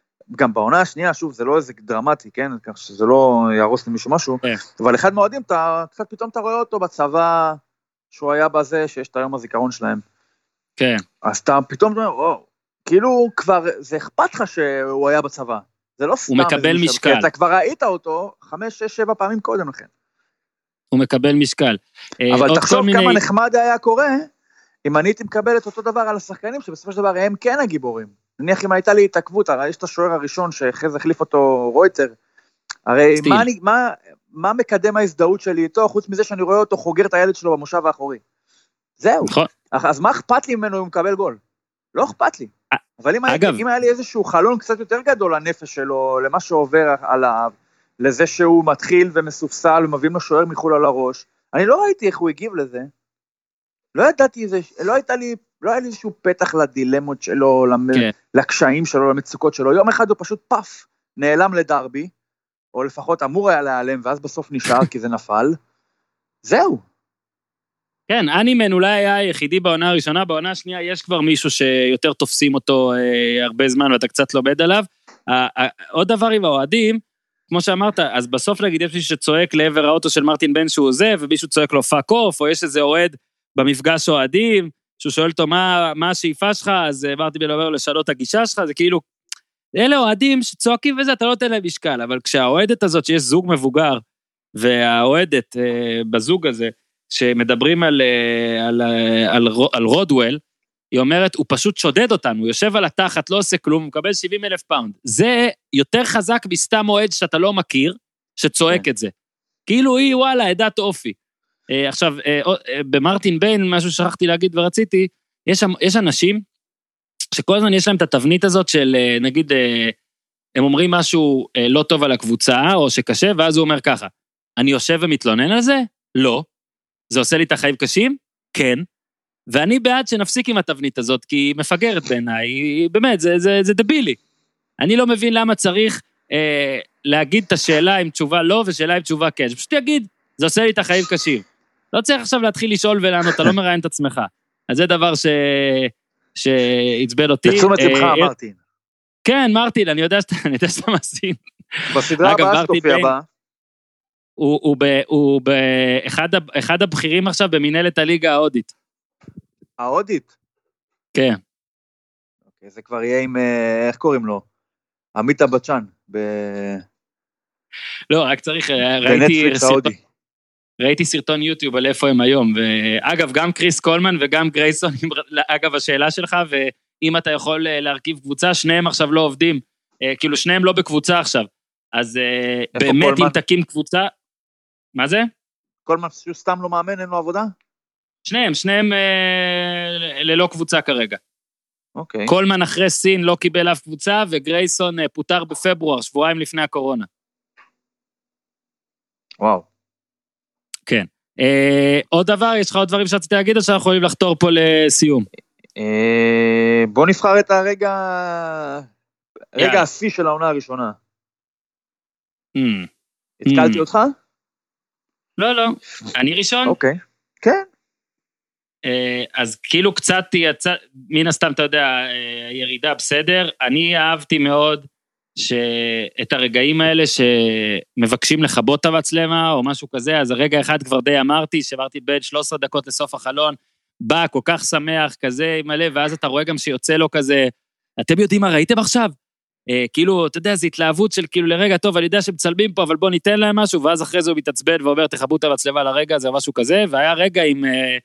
גם בעונה השנייה, שוב, זה לא איזה דרמטי, כן? כך שזה לא ירוס למישהו משהו, אבל אחד מהאוהדים, אתה, קצת פתאום אתה רואה אותו בצבא, שהוא היה בזה, שיש את היום הזיכרון שלהם. כן. אז אתה פתאום אומר, וואו, כאילו כבר, זה אכפת לך שהוא היה בצבא. זה לא סתם. הוא מקבל משקל. כי אתה כבר ראית אותו חמש, שש, שבע פעמים קודם לכן. הוא מקבל משקל. אבל תחשוב כמה מיני... נחמד היה קורה, אם אני הייתי מקבל את אותו דבר על השחקנים, שבסופו של דבר הם כן הגיבורים. נניח אם הייתה לי התעכבות, הרי יש את השוער הראשון, שאחרי זה החליף אותו רויטר, הרי מה, אני, מה, מה מקדם ההזדהות שלי איתו, חוץ מזה שאני רואה אותו חוגר את הילד שלו במושב האחורי. זהו. נכון. אז מה אכפת לי ממנו אם הוא מקבל גול? לא אכפת לי. אבל אם, אגב, היה, אם היה לי איזשהו חלון קצת יותר גדול לנפש שלו, למה שעובר עליו, לזה שהוא מתחיל ומסופסל ומביאים לו שוער מחול על הראש, אני לא ראיתי איך הוא הגיב לזה, לא ידעתי איזה, לא הייתה לי, לא היה לי איזשהו פתח לדילמות שלו, כן. לקשיים שלו, למצוקות שלו, יום אחד הוא פשוט פף, נעלם לדרבי, או לפחות אמור היה להיעלם, ואז בסוף נשאר כי זה נפל, זהו. כן, אנימן אולי היה היחידי בעונה הראשונה, בעונה השנייה יש כבר מישהו שיותר תופסים אותו אה, הרבה זמן, ואתה קצת לומד עליו. אה, אה, עוד דבר עם האוהדים, כמו שאמרת, אז בסוף להגיד, יש מישהו שצועק לעבר האוטו של מרטין בן שהוא עוזב, ומישהו צועק לו פאק אוף, או יש איזה אוהד במפגש אוהדים, שהוא שואל אותו מה, מה השאיפה שלך, אז מרטין בן אומר לשנות הגישה שלך, זה כאילו, אלה אוהדים שצועקים וזה, אתה לא נותן להם משקל, אבל כשהאוהדת הזאת, שיש זוג מבוגר, והאוהדת אה, בזוג הזה, שמדברים על, על, על, על רודוול, היא אומרת, הוא פשוט שודד אותנו, הוא יושב על התחת, לא עושה כלום, הוא מקבל שבעים אלף פאונד. זה יותר חזק מסתם אוהד שאתה לא מכיר, שצועק את זה. כאילו היא, וואלה, עדת אופי. עכשיו, במרטין ביין, משהו ששכחתי להגיד ורציתי, יש, יש אנשים שכל הזמן יש להם את התבנית הזאת של, נגיד, הם אומרים משהו לא טוב על הקבוצה, או שקשה, ואז הוא אומר ככה, אני יושב ומתלונן על זה? לא. זה עושה לי את החיים קשים? כן. ואני בעד שנפסיק עם התבנית הזאת, כי היא מפגרת בעיניי, היא באמת, זה, זה, זה דבילי. אני לא מבין למה צריך אה, להגיד את השאלה עם תשובה לא, ושאלה עם תשובה כן. פשוט תגיד, זה עושה לי את החיים קשים. לא צריך עכשיו להתחיל לשאול ולענות, אתה לא מראיין את עצמך. אז זה דבר ש... שהצבל אותי. לתשומת לבך, אה, מרטין. כן, מרטין, אני יודע שאתה, אני יודע שאתה מסין. בסדרה הבאה שתופיע בה. הוא, הוא, ב, הוא באחד אחד הבכירים עכשיו במנהלת הליגה ההודית. ההודית? כן. אוקיי, זה כבר יהיה עם, איך קוראים לו? עמית הבצ'ן. ב... לא, רק צריך, ראיתי סרטון, ראיתי סרטון יוטיוב על איפה הם היום, ואגב, גם קריס קולמן וגם גרייסון, אגב, השאלה שלך, ואם אתה יכול להרכיב קבוצה, שניהם עכשיו לא עובדים, כאילו שניהם לא בקבוצה עכשיו, אז באמת קולמן? אם תקים קבוצה, מה זה? קולמן סתם לא מאמן, אין לו עבודה? שניהם, שניהם אה, ללא קבוצה כרגע. אוקיי. קולמן אחרי סין לא קיבל אף קבוצה, וגרייסון אה, פוטר בפברואר, שבועיים לפני הקורונה. וואו. כן. אה, עוד דבר, יש לך עוד דברים שרציתי להגיד, או שאנחנו יכולים לחתור פה לסיום? אה, בוא נבחר את הרגע, רגע השיא של העונה הראשונה. Mm. התקלתי mm. אותך? לא, לא. אני ראשון? אוקיי. כן. אז כאילו קצת יצא, מן הסתם אתה יודע, ירידה בסדר, אני אהבתי מאוד שאת הרגעים האלה שמבקשים לחבות את המצלמה או משהו כזה, אז הרגע אחד כבר די אמרתי, שעברתי בין שלוש עשרה דקות לסוף החלון, בא כל כך שמח כזה מלא, ואז אתה רואה גם שיוצא לו כזה, אתם יודעים מה ראיתם עכשיו? כאילו, אתה יודע, זו התלהבות של כאילו לרגע טוב, אני יודע שמצלמים פה, אבל בוא ניתן להם משהו, ואז אחרי זה הוא מתעצבן ואומר, תחבו את המצלמה לרגע הזה או משהו כזה, והיה רגע עם...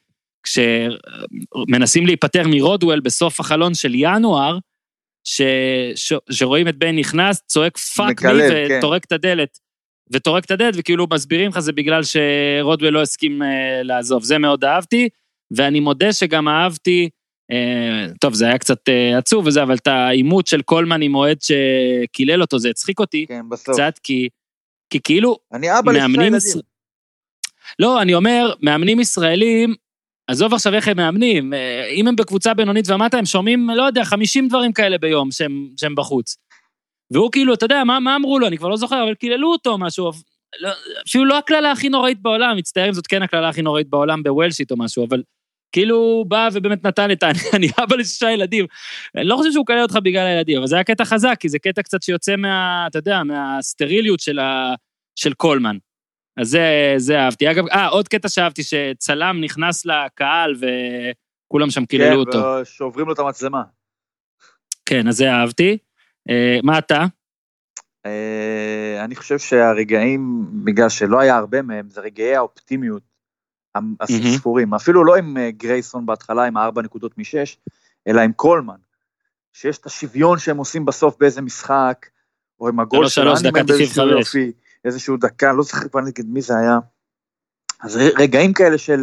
כשמנסים להיפטר מרודוול בסוף החלון של ינואר, ש... ש... שרואים את בן נכנס, צועק פאק לי ותורק כן. את הדלת, ותורק את הדלת, וכאילו מסבירים לך זה בגלל שרודוול לא הסכים uh, לעזוב, זה מאוד אהבתי, ואני מודה שגם אהבתי, uh, טוב זה היה קצת uh, עצוב וזה, אבל את האימות של קולמן עם מועד שקילל אותו, זה הצחיק אותי, כן, קצת, כי, כי כאילו, אני אבא לשני ילדים. יש... לא, אני אומר, מאמנים ישראלים, עזוב עכשיו איך הם מאמנים, אם הם בקבוצה בינונית ומטה, הם שומעים, לא יודע, חמישים דברים כאלה ביום שהם, שהם בחוץ. והוא כאילו, אתה יודע, מה, מה אמרו לו? אני כבר לא זוכר, אבל קיללו אותו משהו, לא, אפילו לא הכללה הכי נוראית בעולם, מצטער אם זאת כן הכללה הכי נוראית בעולם בוולשיט או משהו, אבל כאילו הוא בא ובאמת נתן את אני, אני אבא לשישה ילדים. אני לא חושב שהוא קלל אותך בגלל הילדים, אבל זה היה קטע חזק, כי זה קטע קצת שיוצא מה, אתה יודע, מהסטריליות של, ה, של קולמן. אז זה, זה אהבתי. אגב, אה, עוד קטע שאהבתי, שצלם נכנס לקהל, וכולם שם קיללו אותו. כן, ושעוברים לו את המצלמה. כן, אז זה אהבתי. אה, מה אתה? אה, אני חושב שהרגעים, בגלל שלא היה הרבה מהם, זה רגעי האופטימיות, הספורים. Mm-hmm. אפילו לא עם גרייסון בהתחלה, עם ארבע נקודות משש, אלא עם קולמן. שיש את השוויון שהם עושים בסוף באיזה משחק, או עם הגול של אנימן באיזשהו יופי. איזשהו דקה, לא צריך כבר נגיד מי זה היה, אז רגעים כאלה של,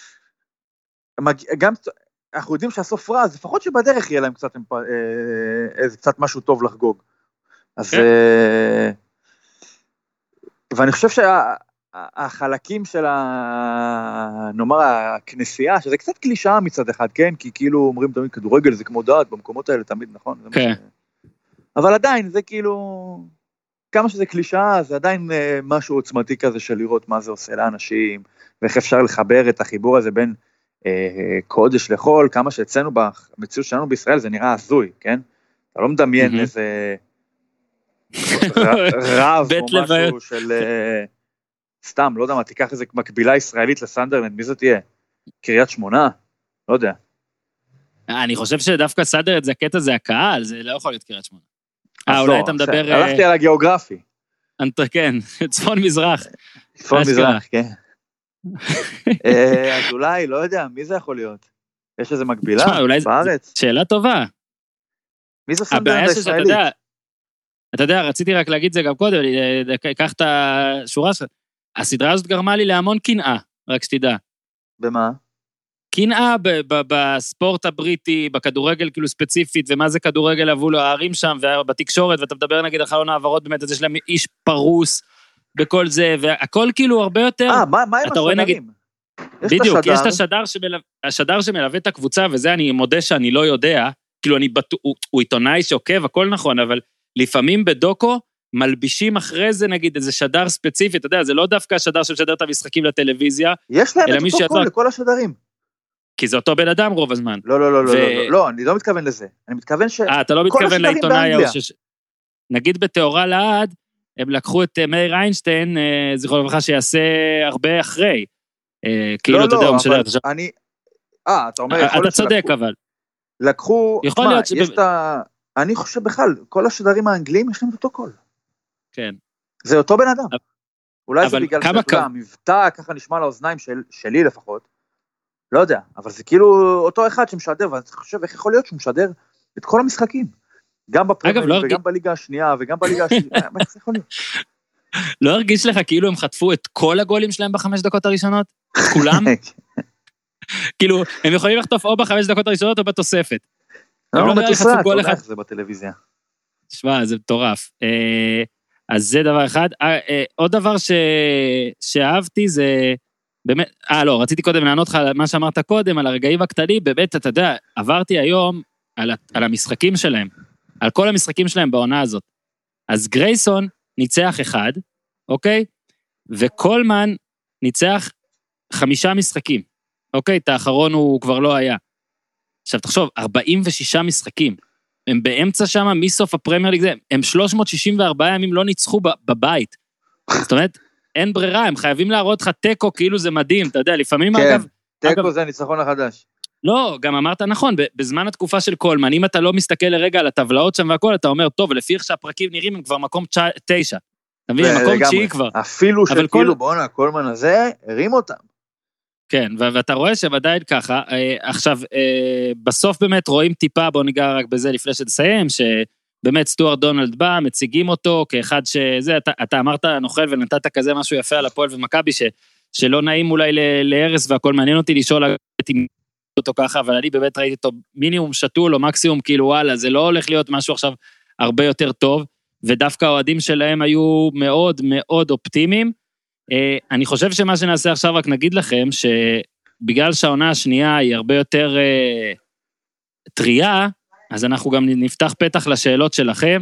גם, אנחנו יודעים שהסוף רע, אז לפחות שבדרך יהיה להם קצת, איזה קצת משהו טוב לחגוג, אז, ואני חושב שהחלקים של, נאמר, הכנסייה, שזה קצת קלישאה מצד אחד, כן, כי כאילו אומרים תמיד, כדורגל זה כמו דעת, במקומות האלה תמיד, נכון? כן. אבל עדיין, זה כאילו... כמה שזה קלישאה, זה עדיין אה, משהו עוצמתי כזה של לראות מה זה עושה לאנשים, ואיך אפשר לחבר את החיבור הזה בין אה, קודש לחול, כמה שאצלנו במציאות שלנו בישראל זה נראה הזוי, כן? אתה לא מדמיין mm-hmm. איזה רב או משהו של אה, סתם, לא יודע מה, תיקח איזה מקבילה ישראלית לסנדרלנד, מי זה תהיה? קריית שמונה? לא יודע. אני חושב שדווקא סנדרלנד זה הקטע, זה הקהל, זה לא יכול להיות קריית שמונה. אה, אולי אתה מדבר... הלכתי על הגיאוגרפי. כן, צפון מזרח. צפון מזרח, כן. אז אולי, לא יודע, מי זה יכול להיות? יש איזה מקבילה בארץ? שאלה טובה. מי זה סנדרלנד הישראלית? אתה יודע, רציתי רק להגיד זה גם קודם, אקח את השורה שלך. הסדרה הזאת גרמה לי להמון קנאה, רק שתדע. במה? קנאה בספורט הבריטי, בכדורגל כאילו ספציפית, ומה זה כדורגל עבו לו הערים שם, ובתקשורת, ואתה מדבר נגיד על חלון העברות, באמת, אז יש להם איש פרוס בכל זה, והכל כאילו הרבה יותר... אה, מה, מה עם השדרים? בדיוק, יש את השדר, שמלו... השדר שמלווה את הקבוצה, וזה אני מודה שאני לא יודע, כאילו אני, הוא, הוא עיתונאי שעוקב, הכל נכון, אבל לפעמים בדוקו, מלבישים אחרי זה, נגיד, איזה שדר ספציפי, אתה יודע, זה לא דווקא השדר שמשדר את המשחקים לטלוויזיה, יש להם את אותו קול לכל השדרים. כי זה אותו בן אדם רוב הזמן. לא, לא, לא, לא, לא, לא, אני לא מתכוון לזה. אני מתכוון ש... אה, אתה לא מתכוון לעיתונאי, נגיד בתיאורה לעד, הם לקחו את מאיר איינשטיין, זכרו לברכה שיעשה הרבה אחרי. כאילו, אתה יודע, הוא משדר. אני... אה, אתה אומר, יכול להיות שלקחו. אתה צודק, אבל. לקחו... יכול להיות ש... אני חושב בכלל, כל השדרים האנגליים יש להם אותו קול. כן. זה אותו בן אדם. אולי זה בגלל שהמבטא ככה נשמע לאוזניים שלי לפחות. לא יודע, אבל זה כאילו אותו אחד שמשדר, ואני חושב איך יכול להיות שהוא משדר את כל המשחקים. גם בפרמייר וגם בליגה השנייה, וגם בליגה השנייה, מה זה יכול להיות? לא הרגיש לך כאילו הם חטפו את כל הגולים שלהם בחמש דקות הראשונות? את כולם? כאילו, הם יכולים לחטוף או בחמש דקות הראשונות או בתוספת. לא, בתוספת, לא יודע איך זה בטלוויזיה. תשמע, זה מטורף. אז זה דבר אחד. עוד דבר שאהבתי זה, באמת, אה לא, רציתי קודם לענות לך על מה שאמרת קודם, על הרגעים הקטנים, באמת, אתה יודע, עברתי היום על, על המשחקים שלהם, על כל המשחקים שלהם בעונה הזאת. אז גרייסון ניצח אחד, אוקיי? וקולמן ניצח חמישה משחקים, אוקיי? את האחרון הוא כבר לא היה. עכשיו תחשוב, ארבעים ושישה משחקים, הם באמצע שם, מסוף הפרמייר ליג זה, הם שלוש מאות שישים וארבעה ימים לא ניצחו בבית. זאת אומרת, אין ברירה, הם חייבים להראות לך טקו, כאילו זה מדהים, אתה יודע, לפעמים כן, אגב... טקו אגב, זה ניצחון החדש. לא, גם אמרת נכון, בזמן התקופה של קולמן, אם אתה לא מסתכל לרגע על הטבלאות שם והכל, אתה אומר, טוב, לפי איך שהפרקים נראים, הם כבר מקום תשע. אתה מבין, מקום תשיעי כבר. אפילו שכאילו, בואנה, קולמן הזה, הרים אותם. כן, ואתה רואה שוודאי ככה, עכשיו, בסוף באמת רואים טיפה, בוא ניגע רק בזה לפני שתסיים, שבאמת סטוארט דונלד בא, מציגים אותו כאחד שזה, אתה, אתה אמרת נוכל ונתת כזה משהו יפה על הפועל ומכבי, ש, שלא נעים אולי להרס והכל מעניין אותי לשאול אותו ככה, אבל אני באמת ראיתי אותו מינימום שתול או מקסימום כאילו וואלה, זה לא הולך להיות משהו עכשיו הרבה יותר טוב, ודווקא האוהדים שלהם היו מאוד מאוד אופטימיים, אני חושב שמה שנעשה עכשיו רק נגיד לכם, שבגלל שהעונה השנייה היא הרבה יותר טריה, אז אנחנו גם נפתח פתח לשאלות שלכם,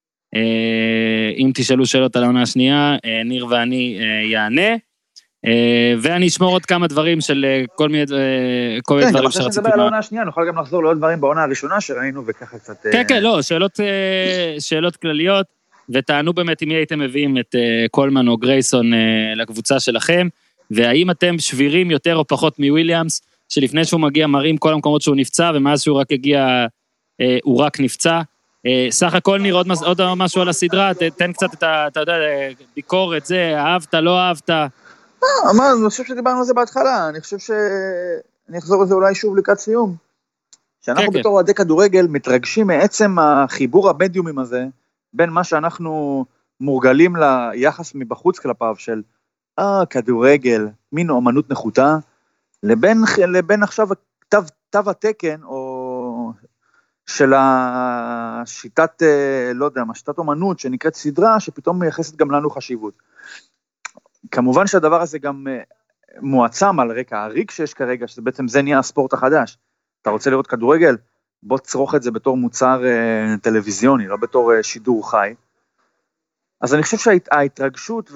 אם תשאלו שאלות על העונה השנייה, ניר ואני יענה, ואני אשמור עוד כמה דברים של כל מיני דברים שרציתי. כן, גם אחרי שנדבר על העונה השנייה, נוכל גם לחזור לעוד דברים בעונה הראשונה שראינו וככה קצת... כן, כן, לא, שאלות כלליות, ותענו באמת אם הייתם מביאים את קולמן או גרייסון לקבוצה שלכם, והאם אתם שבירים יותר או פחות מוויליאמס, שלפני שהוא מגיע מראים כל המקומות שהוא נפצע, ומאז שהוא רק הגיע, הוא רק נפצע. סך הכל נראה עוד, עוד משהו על הסדרה, תן קצת את ה, אתה יודע, ביקורת, זה, אהבת, לא אהבת. מה, אני חושב שדיברנו על זה בהתחלה, אני חושב שאני אחזור על זה אולי שוב לקראת סיום, שאנחנו בתור אוהדי כדורגל מתרגשים מעצם החיבור המדיומים הזה, בין מה שאנחנו מורגלים ליחס מבחוץ כלפיו של אה, כדורגל, מין אומנות נחותה, לבין, לבין עכשיו תו, תו התקן, או של השיטת, לא יודע, שיטת אומנות שנקראת סדרה, שפתאום מייחסת גם לנו חשיבות. כמובן שהדבר הזה גם מועצם על רקע הריק שיש כרגע, שזה בעצם זה נהיה הספורט החדש. אתה רוצה לראות כדורגל? בוא תצרוך את זה בתור מוצר אה, טלוויזיוני, לא בתור אה, שידור חי. אז אני חושב שההתרגשות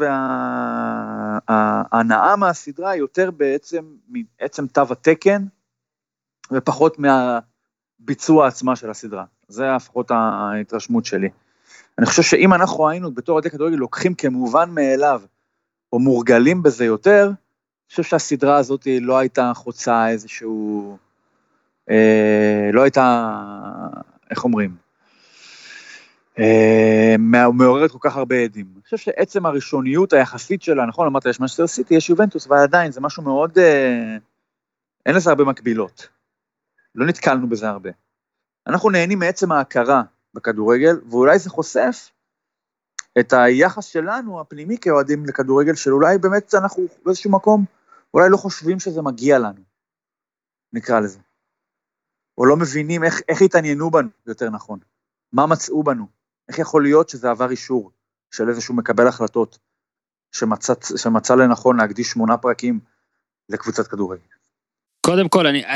וההנאה מהסדרה היא יותר בעצם, מעצם תו התקן, ופחות מהביצוע עצמה של הסדרה. זה לפחות ההתרשמות שלי. אני חושב שאם אנחנו היינו בתור אוהדי כדורגל לוקחים כמובן מאליו, או מורגלים בזה יותר, אני חושב שהסדרה הזאת לא הייתה חוצה איזשהו... אה, לא הייתה, איך אומרים, אה, מעוררת כל כך הרבה עדים. אני חושב שעצם הראשוניות היחסית שלה, נכון, אמרת, יש מנצ'סטר סיטי, יש יובנטוס, אבל עדיין זה משהו מאוד, אה, אין לזה הרבה מקבילות. לא נתקלנו בזה הרבה. אנחנו נהנים מעצם ההכרה בכדורגל, ואולי זה חושף את היחס שלנו, הפנימי כאוהדים לכדורגל, של אולי באמת אנחנו באיזשהו מקום, אולי לא חושבים שזה מגיע לנו. נקרא לזה. או לא מבינים איך, איך התעניינו בנו, יותר נכון. מה מצאו בנו? איך יכול להיות שזה עבר אישור של איזשהו מקבל החלטות, שמצא, שמצא לנכון להקדיש שמונה פרקים לקבוצת כדורגל? קודם כל, אני,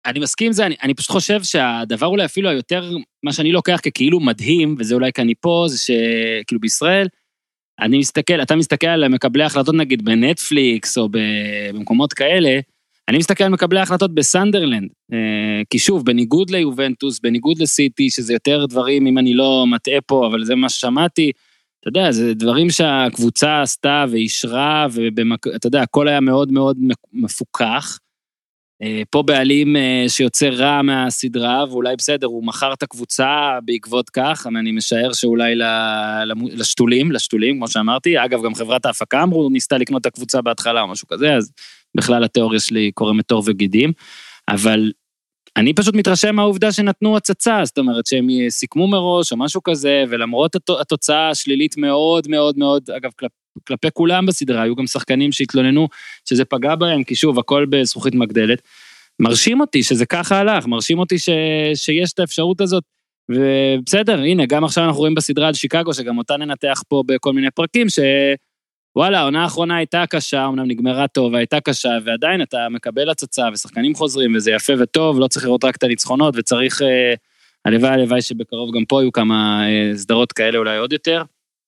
אני מסכים עם זה, אני, אני פשוט חושב שהדבר אולי אפילו היותר, מה שאני לוקח ככאילו מדהים, וזה אולי כאן פה, זה שכאילו בישראל, אני מסתכל, אתה מסתכל על מקבלי ההחלטות נגיד בנטפליקס, או במקומות כאלה, אני מסתכל על מקבלי ההחלטות בסנדרלנד, כי שוב, בניגוד ליובנטוס, בניגוד לסיטי, שזה יותר דברים, אם אני לא מטעה פה, אבל זה מה ששמעתי, אתה יודע, זה דברים שהקבוצה עשתה ואישרה, ואתה יודע, הכל היה מאוד מאוד מפוקח, פה בעלים שיוצא רע מהסדרה, ואולי בסדר, הוא מכר את הקבוצה בעקבות כך, אני משער שאולי לשתולים, לשתולים, כמו שאמרתי, אגב, גם חברת ההפקה אמרו, הוא ניסתה לקנות את הקבוצה בהתחלה או משהו כזה, אז בכלל התיאוריה שלי קורמת עור וגידים, אבל אני פשוט מתרשם מהעובדה שנתנו הצצה, זאת אומרת שהם סיכמו מראש או משהו כזה, ולמרות התוצאה השלילית מאוד מאוד מאוד, אגב, כלפ, כלפי כולם בסדרה, היו גם שחקנים שהתלוננו שזה פגע בהם, כי שוב, הכל בזכוכית מגדלת, מרשים אותי שזה ככה הלך, מרשים אותי ש, שיש את האפשרות הזאת, ובסדר, הנה, גם עכשיו אנחנו רואים בסדרה על שיקגו, שגם אותה ננתח פה בכל מיני פרקים, ש... וואלה, העונה האחרונה הייתה קשה, אמנם נגמרה טוב, הייתה קשה, ועדיין אתה מקבל הצצה, ושחקנים חוזרים, וזה יפה וטוב, לא צריך לראות רק את הניצחונות, וצריך, אה, הלוואי, הלוואי שבקרוב גם פה יהיו כמה אה, סדרות כאלה, אולי עוד יותר.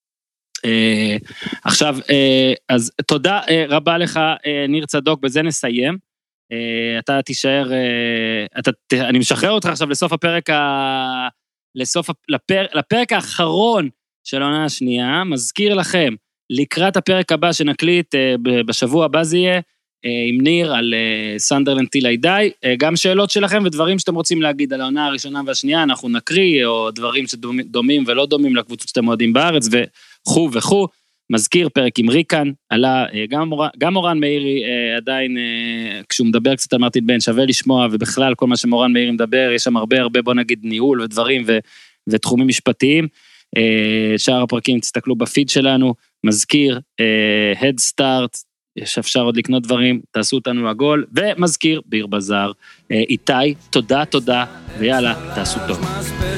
אה, עכשיו, אה, אז תודה אה, רבה לך, אה, ניר צדוק, בזה נסיים. אה, אתה תישאר, אה, אתה, ת, אני משחרר אותך עכשיו לסוף הפרק, ה, לסוף, לפר, לפרק האחרון של העונה השנייה, מזכיר לכם, לקראת הפרק הבא שנקליט, בשבוע הבא זה יהיה, עם ניר על סנדרלנד טילי די, גם שאלות שלכם ודברים שאתם רוצים להגיד על העונה הראשונה והשנייה, אנחנו נקריא, או דברים שדומים ולא דומים לקבוצות שאתם אוהדים בארץ, וכו וכו, מזכיר פרק עם ריקן, עלה, גם, גם מורן מאירי עדיין, כשהוא מדבר קצת על מרטין בן, שווה לשמוע, ובכלל כל מה שמורן מאירי מדבר, יש שם הרבה הרבה, בוא נגיד, ניהול ודברים ו, ותחומים משפטיים, שאר הפרקים תסתכלו בפיד שלנו, מזכיר, Head Start, יש אפשר עוד לקנות דברים, תעשו אותנו עגול, ומזכיר, ביר בזאר, איתי, תודה, תודה, ויאללה, תעשו טוב.